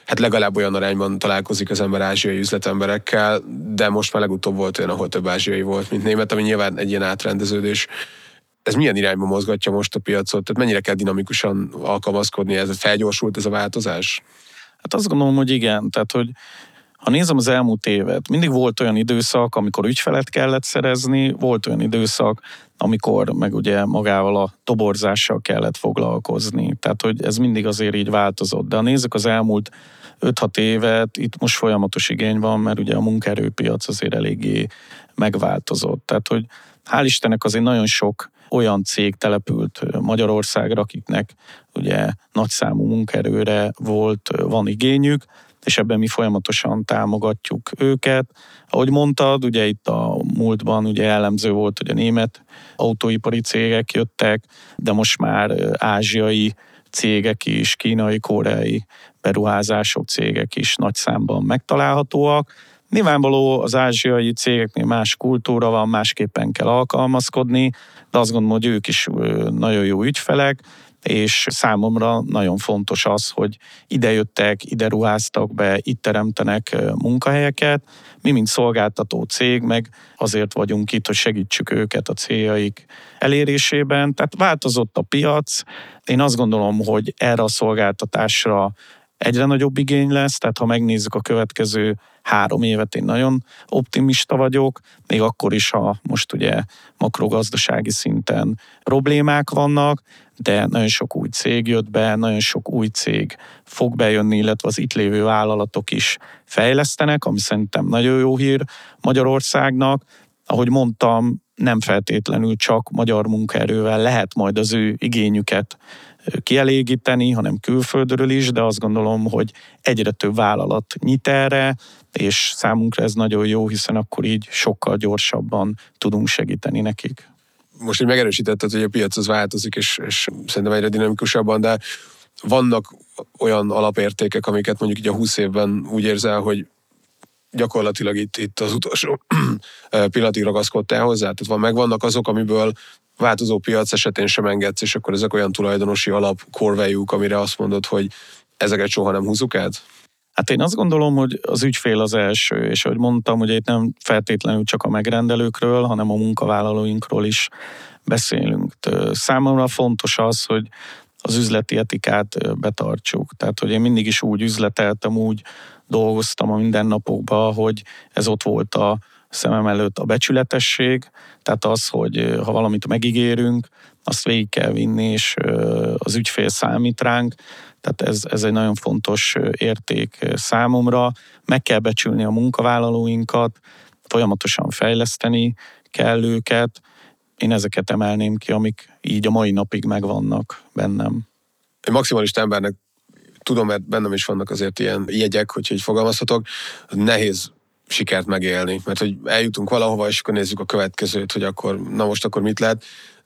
hát legalább olyan arányban találkozik az ember ázsiai üzletemberekkel, de most már legutóbb volt olyan, ahol több ázsiai volt, mint német, ami nyilván egy ilyen átrendeződés. Ez milyen irányba mozgatja most a piacot? Tehát mennyire kell dinamikusan alkalmazkodni? Ez felgyorsult ez a változás? Hát azt gondolom, hogy igen. Tehát, hogy ha nézem az elmúlt évet, mindig volt olyan időszak, amikor ügyfelet kellett szerezni, volt olyan időszak, amikor meg ugye magával a toborzással kellett foglalkozni. Tehát, hogy ez mindig azért így változott. De ha nézzük az elmúlt 5-6 évet, itt most folyamatos igény van, mert ugye a munkaerőpiac azért eléggé megváltozott. Tehát, hogy hál' Istennek azért nagyon sok olyan cég települt Magyarországra, akiknek ugye nagyszámú munkaerőre van igényük, és ebben mi folyamatosan támogatjuk őket. Ahogy mondtad, ugye itt a múltban ugye jellemző volt, hogy a német autóipari cégek jöttek, de most már ázsiai cégek is, kínai, koreai beruházások, cégek is nagy számban megtalálhatóak. Nyilvánvaló az ázsiai cégeknél más kultúra van, másképpen kell alkalmazkodni, de azt gondolom, hogy ők is nagyon jó ügyfelek, és számomra nagyon fontos az, hogy ide jöttek, ide ruháztak be, itt teremtenek munkahelyeket. Mi, mint szolgáltató cég, meg azért vagyunk itt, hogy segítsük őket a céljaik elérésében. Tehát változott a piac. Én azt gondolom, hogy erre a szolgáltatásra egyre nagyobb igény lesz, tehát ha megnézzük a következő 3 évet, én nagyon optimista vagyok, még akkor is, ha most ugye makrogazdasági szinten problémák vannak, de nagyon sok új cég jött be, nagyon sok új cég fog bejönni, illetve az itt lévő vállalatok is fejlesztenek, ami szerintem nagyon jó hír Magyarországnak. Ahogy mondtam, nem feltétlenül csak magyar munkaerővel lehet majd az ő igényüket kielégíteni, hanem külföldről is, de azt gondolom, hogy egyre több vállalat nyit erre, és számunkra ez nagyon jó, hiszen akkor így sokkal gyorsabban tudunk segíteni nekik. Most így megerősítetted, hogy a piac az változik, és szerintem egyre dinamikusabban, de vannak olyan alapértékek, amiket mondjuk így a 20 évben úgy érzel, hogy gyakorlatilag itt az utolsó pillanatig ragaszkodtál hozzá, tehát megvannak azok, amiből változó piac esetén sem engedsz, és akkor ezek olyan tulajdonosi alap core value-k, amire azt mondod, hogy ezeket soha nem húzzuk át? Hát én azt gondolom, hogy az ügyfél az első, és ahogy mondtam, hogy itt nem feltétlenül csak a megrendelőkről, hanem a munkavállalóinkról is beszélünk. Számomra fontos az, hogy az üzleti etikát betartsuk. Tehát, hogy én mindig is úgy üzleteltem, úgy dolgoztam a mindennapokban, hogy ez ott volt a szemem előtt, a becsületesség, tehát az, hogy ha valamit megígérünk, azt végig kell vinni, és az ügyfél számít ránk, tehát ez egy nagyon fontos érték számomra. Meg kell becsülni a munkavállalóinkat, folyamatosan fejleszteni kell őket. Én ezeket emelném ki, amik így a mai napig megvannak bennem. Egy maximalista embernek tudom, mert bennem is vannak azért ilyen jegyek, hogy így fogalmazhatok, nehéz sikert megélni, mert hogy eljutunk valahova, és akkor nézzük a következőt, hogy akkor, na most akkor mit lehet.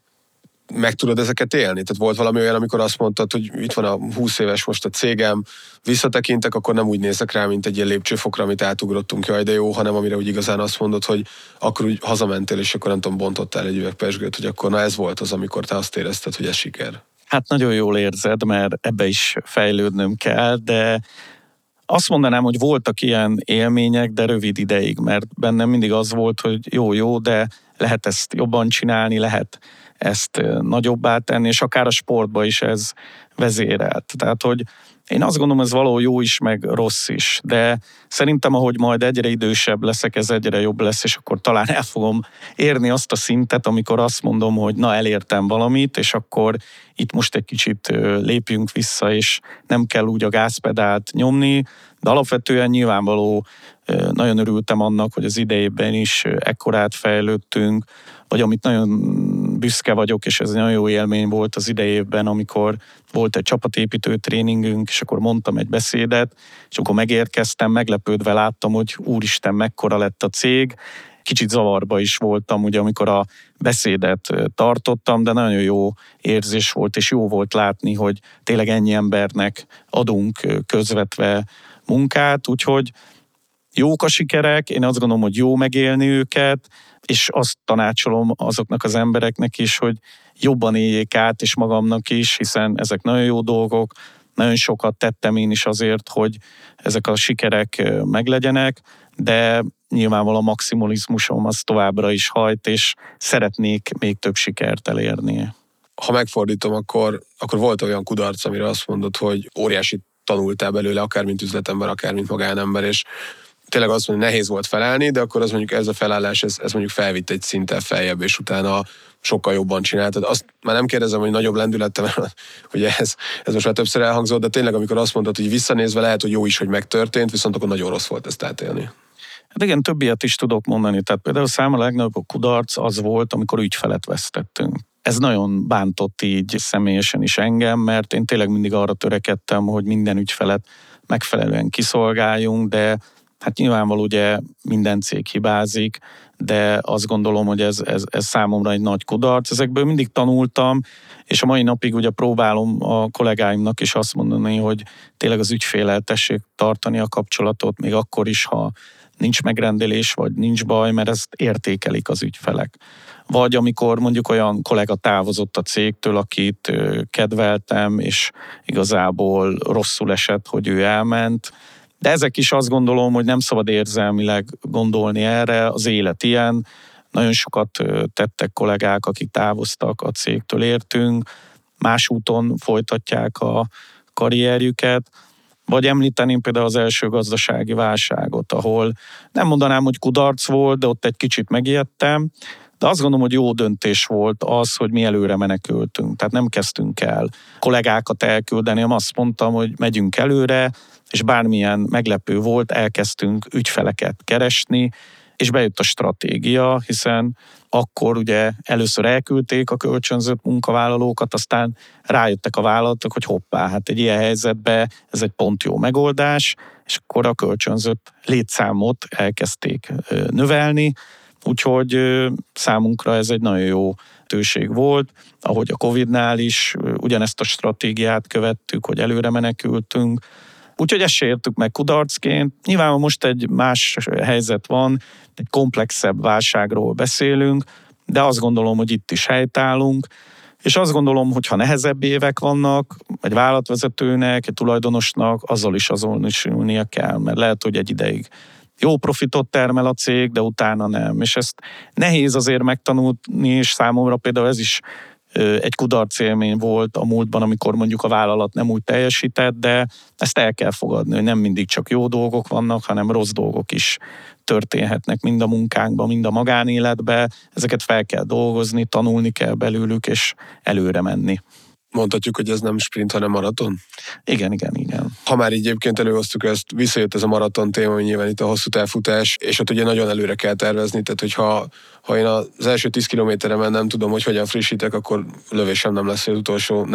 Meg tudod ezeket élni? Tehát volt valami olyan, amikor azt mondtad, hogy itt van a 20 éves most a cégem, visszatekintek, akkor nem úgy nézek rá, mint egy ilyen lépcsőfokra, amit átugrottunk, jaj, de jó, hanem amire úgy igazán azt mondod, hogy akkor úgy hazamentél, és akkor nem tudom, bontottál egy üveg pezsgőt, hogy akkor na ez volt az, amikor te azt érezted, hogy ez siker. Hát nagyon jól érzed, mert ebbe is fejlődnöm kell, de azt mondanám, hogy voltak ilyen élmények, de rövid ideig, mert bennem mindig az volt, hogy jó, de lehet ezt jobban csinálni, lehet ezt nagyobbá tenni, és akár a sportba is ez vezérelt. Tehát, hogy én azt gondolom, ez valahol jó is, meg rossz is, de szerintem, ahogy majd egyre idősebb leszek, ez egyre jobb lesz, és akkor talán el fogom érni azt a szintet, amikor azt mondom, hogy na, elértem valamit, és akkor itt most egy kicsit lépjünk vissza, és nem kell úgy a gázpedált nyomni, de alapvetően nyilvánvaló, nagyon örültem annak, hogy az idejében is ekkorát fejlődtünk, vagy amit nagyon büszke vagyok, és ez egy nagyon jó élmény volt az idejében, amikor volt egy csapatépítő tréningünk, és akkor mondtam egy beszédet, és akkor megérkeztem, meglepődve láttam, hogy úristen, mekkora lett a cég. Kicsit zavarba is voltam, ugye, amikor a beszédet tartottam, de nagyon jó érzés volt, és jó volt látni, hogy tényleg ennyi embernek adunk közvetve munkát, úgyhogy jók a sikerek, én azt gondolom, hogy jó megélni őket, és azt tanácsolom azoknak az embereknek is, hogy jobban éljék át, és magamnak is, hiszen ezek nagyon jó dolgok, Nagyon sokat tettem én is azért, hogy ezek a sikerek meglegyenek, de nyilvánvalóan a maximalizmusom az továbbra is hajt, és szeretnék még több sikert elérni. Ha megfordítom, akkor volt olyan kudarc, amire azt mondod, hogy óriási tanultál belőle, akár mint üzletember, akár mint magánember, és tényleg azt mondom, hogy nehéz volt felállni, de akkor az mondjuk ez a felállás, ez mondjuk felvitt egy szinten feljebb, és utána sokkal jobban csináltad. Azt már nem kérdezem, hogy nagyobb lendülettel, hogy ez most már többször elhangzott, de tényleg amikor azt mondod, hogy visszanézve lehet, hogy jó is, hogy megtörtént, viszont akkor nagyon rossz volt ezt átélni. Hát igen, több ilyet is tudok mondani. Tehát például számomra a legnagyobb kudarc az volt, amikor ügyfelet vesztettünk. Ez nagyon bántott így személyesen is engem, mert én tényleg mindig arra törekedtem, hogy minden ügyfelet megfelelően kiszolgáljunk, de hát nyilvánvaló ugye minden cég hibázik, de azt gondolom, hogy ez számomra egy nagy kudarc. Ezekből mindig tanultam, és a mai napig ugye próbálom a kollégáimnak is azt mondani, hogy tényleg az ügyféllel tessék tartani a kapcsolatot, még akkor is, ha nincs megrendelés, vagy nincs baj, mert ezt értékelik az ügyfelek. Vagy amikor mondjuk olyan kollega távozott a cégtől, akit kedveltem, és igazából rosszul esett, hogy ő elment. De ezek is azt gondolom, hogy nem szabad érzelmileg gondolni erre, az élet ilyen. Nagyon sokat tettek kollégák, akik távoztak a cégtől értünk, más úton folytatják a karrierjüket. Vagy említeném például az első gazdasági válságot, ahol nem mondanám, hogy kudarc volt, de ott egy kicsit megijedtem, de azt gondolom, hogy jó döntés volt az, hogy mi előre menekültünk. Tehát nem kezdtünk el kollégákat elküldeni, hanem azt mondtam, hogy megyünk előre, és bármilyen meglepő volt, elkezdtünk ügyfeleket keresni, és bejött a stratégia, hiszen akkor ugye először elküldték a kölcsönzött munkavállalókat, aztán rájöttek a vállalatok, hogy hoppá, hát egy ilyen helyzetben ez egy pont jó megoldás, és akkor a kölcsönzött létszámot elkezdték növelni, úgyhogy számunkra ez egy nagyon jó lehetőség volt, ahogy a Covid-nál is ugyanezt a stratégiát követtük, hogy előre menekültünk. Úgyhogy ezt se értük meg kudarcként. Nyilván most egy más helyzet van, egy komplexebb válságról beszélünk, de azt gondolom, hogy itt is helytállunk, és azt gondolom, hogy ha nehezebb évek vannak, egy vállalatvezetőnek, egy tulajdonosnak, azzal is azonosulnia kell, mert lehet, hogy egy ideig jó profitot termel a cég, de utána nem. És ezt nehéz azért megtanulni, és számomra például ez is egy kudarc élmény volt a múltban, amikor mondjuk a vállalat nem úgy teljesített, de ezt el kell fogadni, hogy nem mindig csak jó dolgok vannak, hanem rossz dolgok is történhetnek mind a munkánkban, mind a magánéletben. Ezeket fel kell dolgozni, tanulni kell belőlük, és előre menni. Mondhatjuk, hogy ez nem sprint, hanem maraton? Igen. Ha már így egyébként előhoztuk ezt, visszajött ez a maraton téma, hogy nyilván itt a hosszú távfutás, és ott ugye nagyon előre kell tervezni, tehát hogyha én az első 10 kilométeremen nem tudom, hogy hogyan frissítek, akkor lövésem nem lesz, hogy az utolsó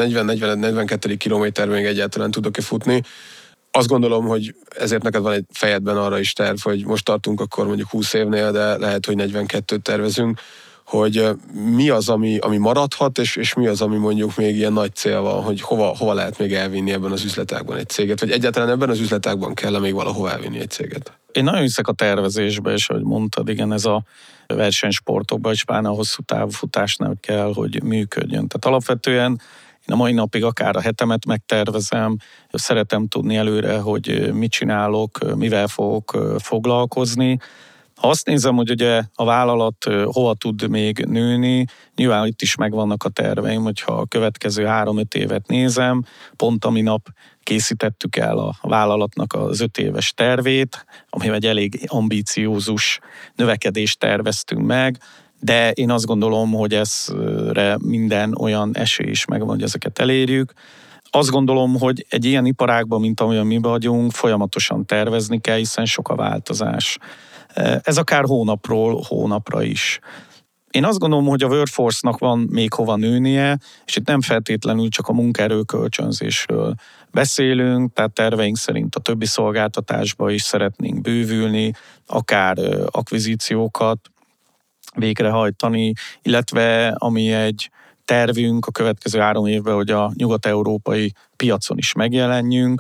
40-42. kilométerben még egyáltalán tudok-e futni. Azt gondolom, hogy ezért neked van egy fejedben arra is terv, hogy most tartunk akkor mondjuk 20 évnél, de lehet, hogy 42-t tervezünk, hogy mi az, ami maradhat, és mi az, ami mondjuk még ilyen nagy cél van, hogy hova lehet még elvinni ebben az üzletágban egy céget, vagy egyáltalán ebben az üzletágban kell még valahova elvinni egy céget? Én nagyon hiszek a tervezésbe, és ahogy mondtad, igen, ez a versenysportokban, és pláne a hosszú távú futásnál hogy kell, hogy működjön. Tehát alapvetően én a mai napig akár a hetemet megtervezem, szeretem tudni előre, hogy mit csinálok, mivel fogok foglalkozni. Ha azt nézem, hogy ugye a vállalat hova tud még nőni, nyilván itt is megvannak a terveim, hogyha a következő 3-5 évet nézem, pont a minap készítettük el a vállalatnak az 5 éves tervét, ami egy elég ambíciózus növekedést terveztünk meg, de én azt gondolom, hogy ezre minden olyan esély is megvan, hogy ezeket elérjük. Azt gondolom, hogy egy ilyen iparágban, mint amilyen mi vagyunk, folyamatosan tervezni kell, hiszen sok a változás. Ez akár hónapról hónapra is. Én azt gondolom, hogy a workforce-nak van még hova nőnie, és itt nem feltétlenül csak a munkaerő kölcsönzésről beszélünk, tehát terveink szerint a többi szolgáltatásba is szeretnénk bővülni, akár akvizíciókat végrehajtani, illetve ami egy tervünk a következő 3 évben, hogy a nyugat-európai piacon is megjelenjünk.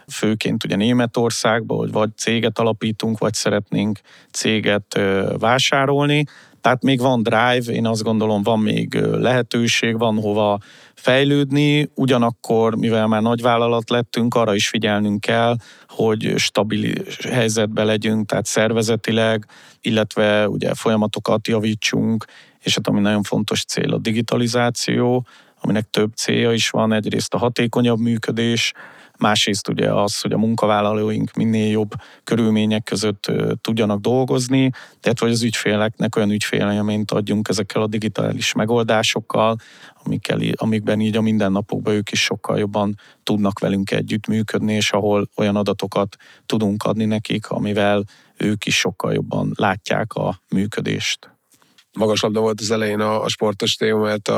főként ugye Németországban, hogy vagy céget alapítunk, vagy szeretnénk céget vásárolni. Tehát még van drive, én azt gondolom, van még lehetőség, van hova fejlődni, ugyanakkor, mivel már nagyvállalat lettünk, arra is figyelnünk kell, hogy stabil helyzetben legyünk, tehát szervezetileg, illetve ugye folyamatokat javítsunk, és hát ami nagyon fontos cél a digitalizáció, aminek több célja is van, egyrészt a hatékonyabb működés, másrészt ugye az, hogy a munkavállalóink minél jobb körülmények között tudjanak dolgozni, tehát hogy az ügyféleknek olyan ügyfélélményt adjunk ezekkel a digitális megoldásokkal, amikben így a mindennapokban ők is sokkal jobban tudnak velünk együttműködni, és ahol olyan adatokat tudunk adni nekik, amivel ők is sokkal jobban látják a működést. Magas labda volt az elején a sportos téma, mert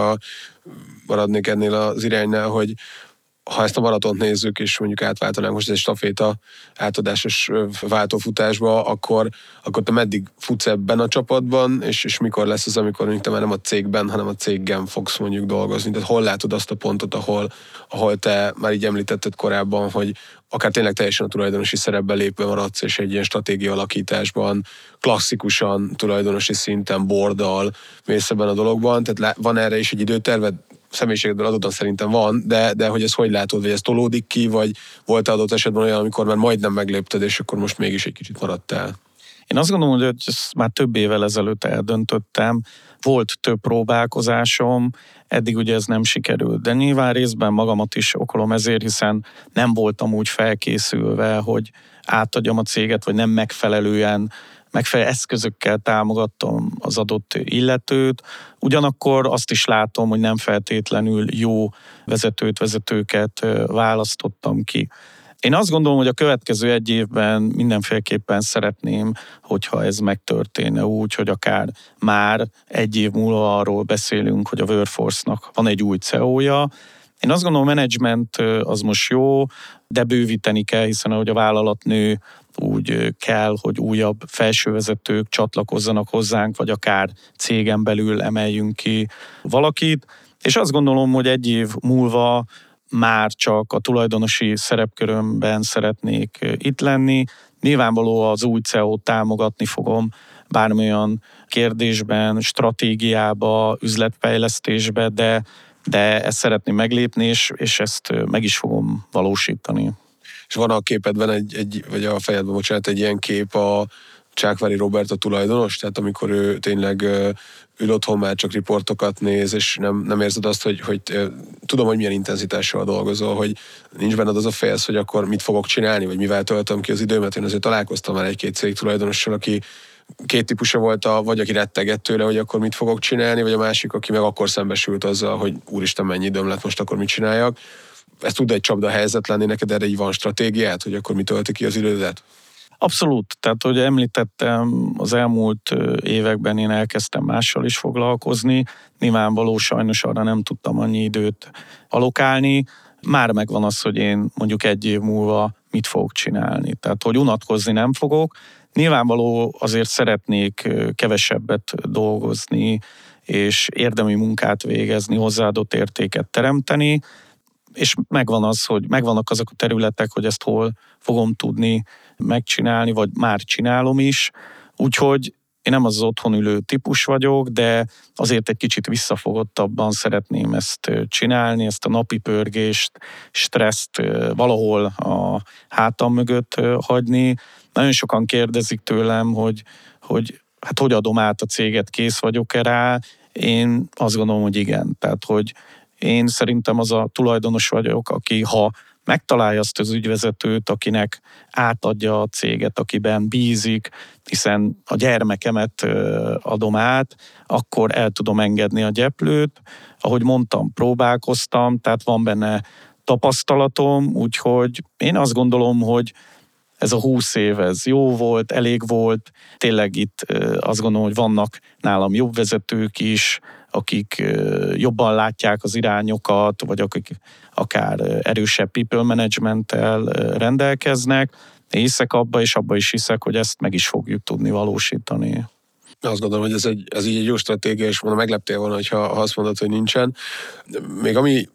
maradnék ennél az iránynál, hogy ha ezt a maratont nézzük, és mondjuk átváltanánk most egy staféta átadásos váltófutásba, akkor te meddig futsz ebben a csapatban, és mikor lesz az, amikor mondjuk te már nem a cégben, hanem a cégen fogsz mondjuk dolgozni. Tehát hol látod azt a pontot, ahol te már így említetted korábban, hogy akár tényleg teljesen a tulajdonosi szerepbe lépve maradsz, és egy ilyen stratégia alakításban, klasszikusan tulajdonosi szinten, boarddal mész ebben a dologban. Tehát van erre is egy időterved? Személyiségedből adottan szerintem van, de hogy ezt hogy látod, vagy ez tolódik ki, vagy volt adott esetben olyan, amikor már majdnem meglépted, és akkor most mégis egy kicsit maradtál? Én azt gondolom, hogy ezt már több évvel ezelőtt eldöntöttem. Volt több próbálkozásom, eddig ugye ez nem sikerült, de nyilván részben magamat is okolom ezért, hiszen nem voltam úgy felkészülve, hogy átadjam a céget, vagy nem megfelelő eszközökkel támogattam az adott illetőt. Ugyanakkor azt is látom, hogy nem feltétlenül jó vezetőket választottam ki. Én azt gondolom, hogy a következő egy évben mindenféleképpen szeretném, hogyha ez megtörténne úgy, hogy akár már egy év múlva arról beszélünk, hogy a Workforce-nak van egy új CEO-ja. Én azt gondolom, a menedzsment az most jó, de bővíteni kell, hiszen ahogy a vállalat nő, úgy kell, hogy újabb felsővezetők csatlakozzanak hozzánk, vagy akár cégen belül emeljünk ki valakit. És azt gondolom, hogy egy év múlva már csak a tulajdonosi szerepkörömben szeretnék itt lenni. Nyilvánvaló az új CEO-t támogatni fogom bármilyen kérdésben, stratégiába, üzletfejlesztésbe, de ezt szeretném meglépni, és ezt meg is fogom valósítani. És van a képedben vagy a fejedben, bocsánat, egy ilyen kép a Csákvári Robert a tulajdonos, tehát amikor ő tényleg ül otthon, már csak riportokat néz, és nem érzed azt, hogy tudom, hogy milyen intenzitással dolgozol, hogy nincs benned az a félsz, hogy akkor mit fogok csinálni, vagy mivel töltöm ki az időmet. Én azért találkoztam már egy-két cég tulajdonossal, aki két típusa volt, vagy aki rettegett tőle, hogy akkor mit fogok csinálni, vagy a másik, aki meg akkor szembesült azzal, hogy úristen, mennyi időm lett, most akkor mit csináljak. Ez tud egy csapda helyzet lenni neked, erre így van stratégiát, hogy akkor mi tölti ki az idődet? Abszolút. Tehát, hogy említettem, az elmúlt években én elkezdtem mással is foglalkozni. Nyilvánvaló, sajnos arra nem tudtam annyi időt allokálni. Már megvan az, hogy én mondjuk egy év múlva mit fogok csinálni. Tehát, hogy unatkozni nem fogok. Nyilvánvaló azért szeretnék kevesebbet dolgozni, és érdemi munkát végezni, hozzáadott értéket teremteni, és megvan az, hogy megvannak azok a területek, hogy ezt hol fogom tudni megcsinálni, vagy már csinálom is. Úgyhogy én nem az otthon ülő típus vagyok, de azért egy kicsit visszafogottabban szeretném ezt csinálni, ezt a napi pörgést, stresszt valahol a hátam mögött hagyni. Nagyon sokan kérdezik tőlem, hogy hogy adom át a céget, kész vagyok-e rá. Én azt gondolom, hogy igen. Tehát, hogy én szerintem az a tulajdonos vagyok, aki ha megtalálja azt az ügyvezetőt, akinek átadja a céget, akiben bízik, hiszen a gyermekemet adom át, akkor el tudom engedni a gyeplőt. Ahogy mondtam, próbálkoztam, tehát van benne tapasztalatom, úgyhogy én azt gondolom, hogy ez a 20 év, ez jó volt, elég volt. Tényleg itt azt gondolom, hogy vannak nálam jobb vezetők is, akik jobban látják az irányokat, vagy akik akár erősebb people managementtel rendelkeznek. Én hiszek abba, és abba is hiszek, hogy ezt meg is fogjuk tudni valósítani. Azt gondolom, hogy ez így egy jó stratégia, és mondom, megleptél volna, ha azt mondod, hogy nincsen. Még ami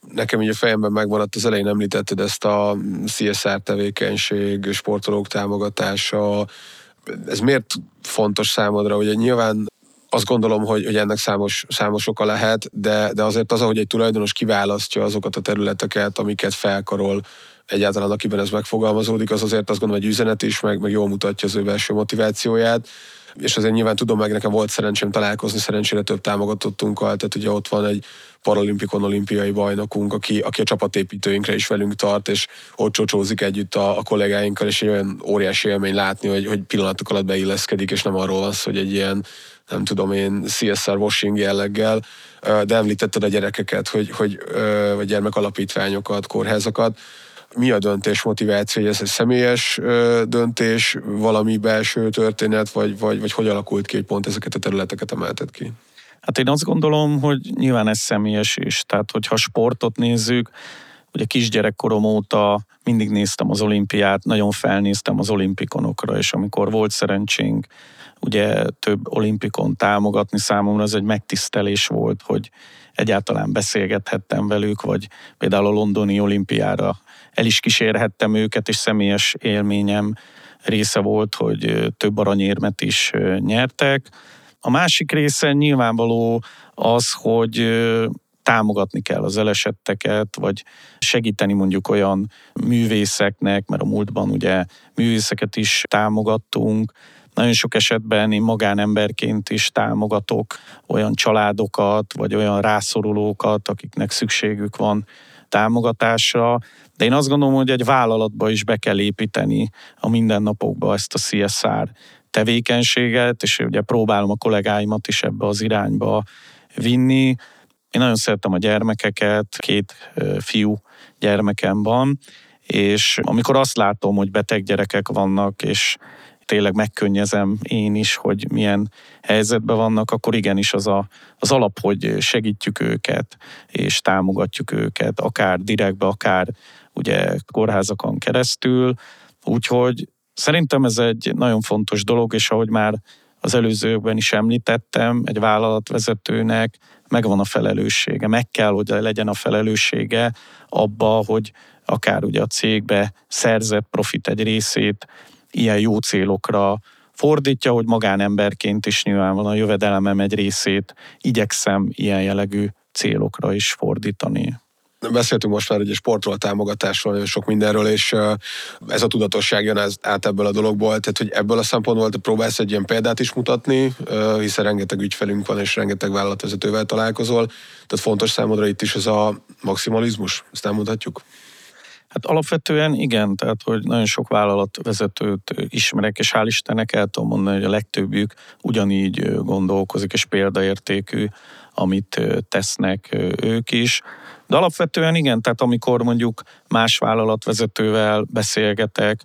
nekem így a fejemben megmaradt, az elején említetted ezt a CSR tevékenység, sportolók támogatása. Ez miért fontos számodra? Ugye nyilván azt gondolom, hogy ennek számos oka lehet, de azért az, ahogy egy tulajdonos kiválasztja azokat a területeket, amiket felkarol egyáltalán, akiben ez megfogalmazódik, az azért azt gondolom, hogy egy üzenet is, meg jól mutatja az ő belső motivációját. És azért nyilván tudom, meg nekem volt szerencsém találkozni, szerencsére több támogatottunkkal, tehát ugye ott van egy paralimpikon olimpiai bajnokunk, aki a csapatépítőinkre is velünk tart, és ott csocsózik együtt a kollégáinkkal, és egy olyan óriási élmény látni, hogy pillanatok alatt beilleszkedik, és nem arról van szó, hogy egy ilyen, nem tudom én, CSR washing jelleggel, de említetted a gyerekeket, vagy gyermekalapítványokat, kórházakat. Mi a döntés motiváció, hogy ez egy személyes döntés, valami belső történet, vagy hogy alakult ki, hogy pont ezeket a területeket emelted ki? Hát én azt gondolom, hogy nyilván ez személyes is. Tehát, hogyha sportot nézzük, ugye kisgyerekkorom óta mindig néztem az olimpiát, nagyon felnéztem az olimpikonokra, és amikor volt szerencsénk ugye több olimpikon támogatni, számomra ez egy megtisztelés volt, hogy egyáltalán beszélgethettem velük, vagy például a londoni olimpiára el is kísérhettem őket, és személyes élményem része volt, hogy több aranyérmet is nyertek. A másik része nyilvánvaló az, hogy támogatni kell az elesetteket, vagy segíteni mondjuk olyan művészeknek, mert a múltban ugye művészeket is támogattunk. Nagyon sok esetben én magánemberként is támogatok olyan családokat, vagy olyan rászorulókat, akiknek szükségük van támogatásra. De én azt gondolom, hogy egy vállalatba is be kell építeni a mindennapokba ezt a CSR tevékenységet, és ugye próbálom a kollégáimat is ebbe az irányba vinni. Én nagyon szeretem a gyermekeket, 2 fiú gyermekem van, és amikor azt látom, hogy beteg gyerekek vannak, és tényleg megkönnyezem én is, hogy milyen helyzetben vannak, akkor igenis az alap, hogy segítjük őket, és támogatjuk őket, akár direktbe, akár ugye kórházakon keresztül. Úgyhogy szerintem ez egy nagyon fontos dolog, és ahogy már az előzőkben is említettem, egy vállalatvezetőnek megvan a felelőssége, meg kell, hogy legyen a felelőssége abba, hogy akár ugye a cégbe szerzett profit egy részét ilyen jó célokra fordítja, hogy magánemberként is nyilvánvalóan a jövedelemem egy részét igyekszem ilyen jellegű célokra is fordítani. Beszéltünk most már ugye sportról, támogatásról, nagyon sok mindenről, és ez a tudatosság jön át ebből a dologból, tehát hogy ebből a szempontból te próbálsz egy ilyen példát is mutatni, hiszen rengeteg ügyfelünk van, és rengeteg vállalatvezetővel találkozol, tehát fontos számodra itt is ez a maximalizmus, ezt elmondhatjuk? Hát alapvetően igen, tehát hogy nagyon sok vállalatvezetőt ismerek, és hál' Istennek el tudom mondani, hogy a legtöbbjük ugyanígy gondolkozik, és példaértékű, amit tesznek ők is. De alapvetően igen, tehát amikor mondjuk más vállalatvezetővel beszélgetek,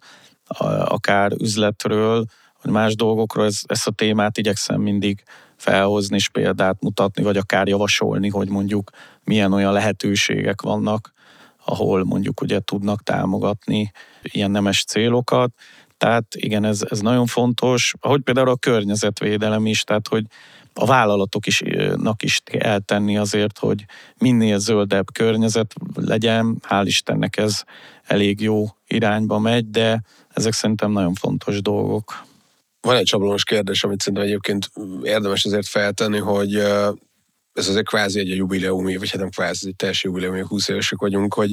akár üzletről, vagy más dolgokról, ezt a témát igyekszem mindig felhozni, és példát mutatni, vagy akár javasolni, hogy mondjuk milyen olyan lehetőségek vannak, ahol mondjuk ugye tudnak támogatni ilyen nemes célokat. Tehát igen, ez nagyon fontos. Ahogy például a környezetvédelem is, tehát hogy a vállalatoknak is eltenni azért, hogy minél zöldebb környezet legyen. Hál' Istennek ez elég jó irányba megy, de ezek szerintem nagyon fontos dolgok. Van egy sablonos kérdés, amit szerintem egyébként érdemes azért feltenni, hogy ez azért kvázi egy jubileumi, vagy hát nem kvázi, ez egy teljes jubileumi, 20 évesek vagyunk, hogy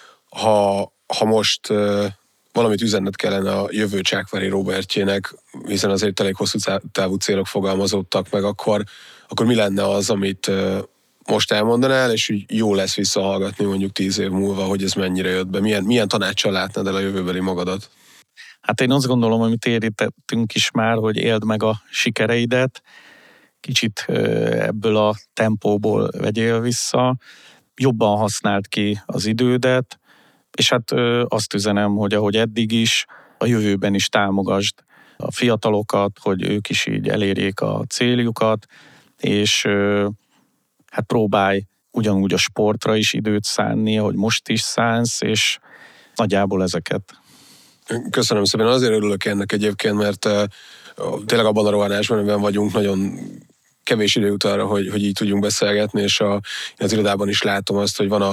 ha most valamit üzenned kellene a jövő Csákvári Róbertjének, hiszen azért elég hosszú távú célok fogalmazódtak meg, akkor mi lenne az, amit most elmondanál, és úgy jó lesz visszahallgatni mondjuk 10 év múlva, hogy ez mennyire jött be. Milyen tanáccsal látnád el a jövőbeli magadat? Hát én azt gondolom, amit érintettünk is már, hogy éld meg a sikereidet, kicsit ebből a tempóból vegyél vissza, jobban használd ki az idődet, és hát azt üzenem, hogy ahogy eddig is, a jövőben is támogasd a fiatalokat, hogy ők is így elérjék a céljukat, és hát próbálj ugyanúgy a sportra is időt szánni, ahogy most is szánsz, és nagyjából ezeket. Köszönöm szépen, azért örülök ennek egyébként, mert tényleg abban a rohanásban, amiben vagyunk, nagyon kevés idő jut arra, hogy így tudjunk beszélgetni, és én az irodában is látom azt, hogy van a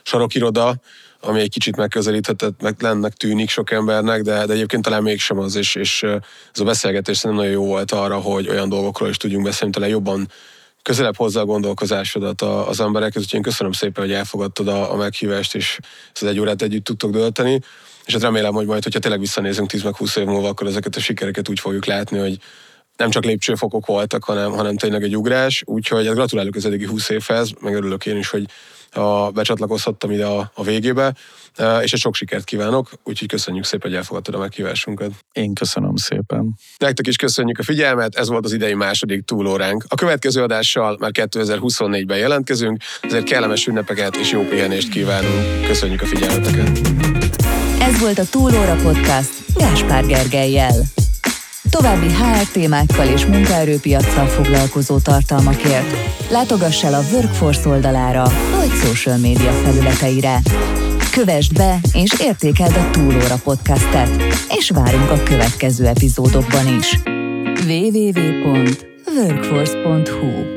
sarokiroda, ami egy kicsit megközelíthetetlennek tűnik sok embernek, de egyébként talán mégsem az, és ez a beszélgetés szerintem nagyon jó volt arra, hogy olyan dolgokról is tudjunk beszélni, talán jobban közelebb hozzá a gondolkozásodat az emberekhez, úgyhogy én köszönöm szépen, hogy elfogadtad a meghívást, és ezt az 1 órát együtt tudtok dölteni, és hát remélem, hogy majd, hogyha tényleg visszanézünk 10-20 év múlva, akkor ezeket a sikereket úgy fogjuk látni, hogy nem csak lépcsőfokok voltak, hanem tényleg egy ugrás, úgyhogy gratulálok az eddigi 20 évhez, meg örülök én is, hogy becsatlakozhattam ide a végébe, és egy sok sikert kívánok, úgyhogy köszönjük szépen, hogy elfogadtad a meghívásunkat. Én köszönöm szépen. Nektek is köszönjük a figyelmet, ez volt az idei második túlóránk. A következő adással már 2024-ben jelentkezünk, ezért kellemes ünnepeket és jó pihenést kívánunk. Köszönjük a figyelmeteket. Ez volt a Túlóra Podcast Gáspár Gergellyel. További HR témákkal és munkaerőpiaccal foglalkozó tartalmakért látogass el a Workforce oldalára vagy social media felületeire. Kövessd be és értékeld a Túlóra Podcastet, és várunk a következő epizódokban is. www.workforce.hu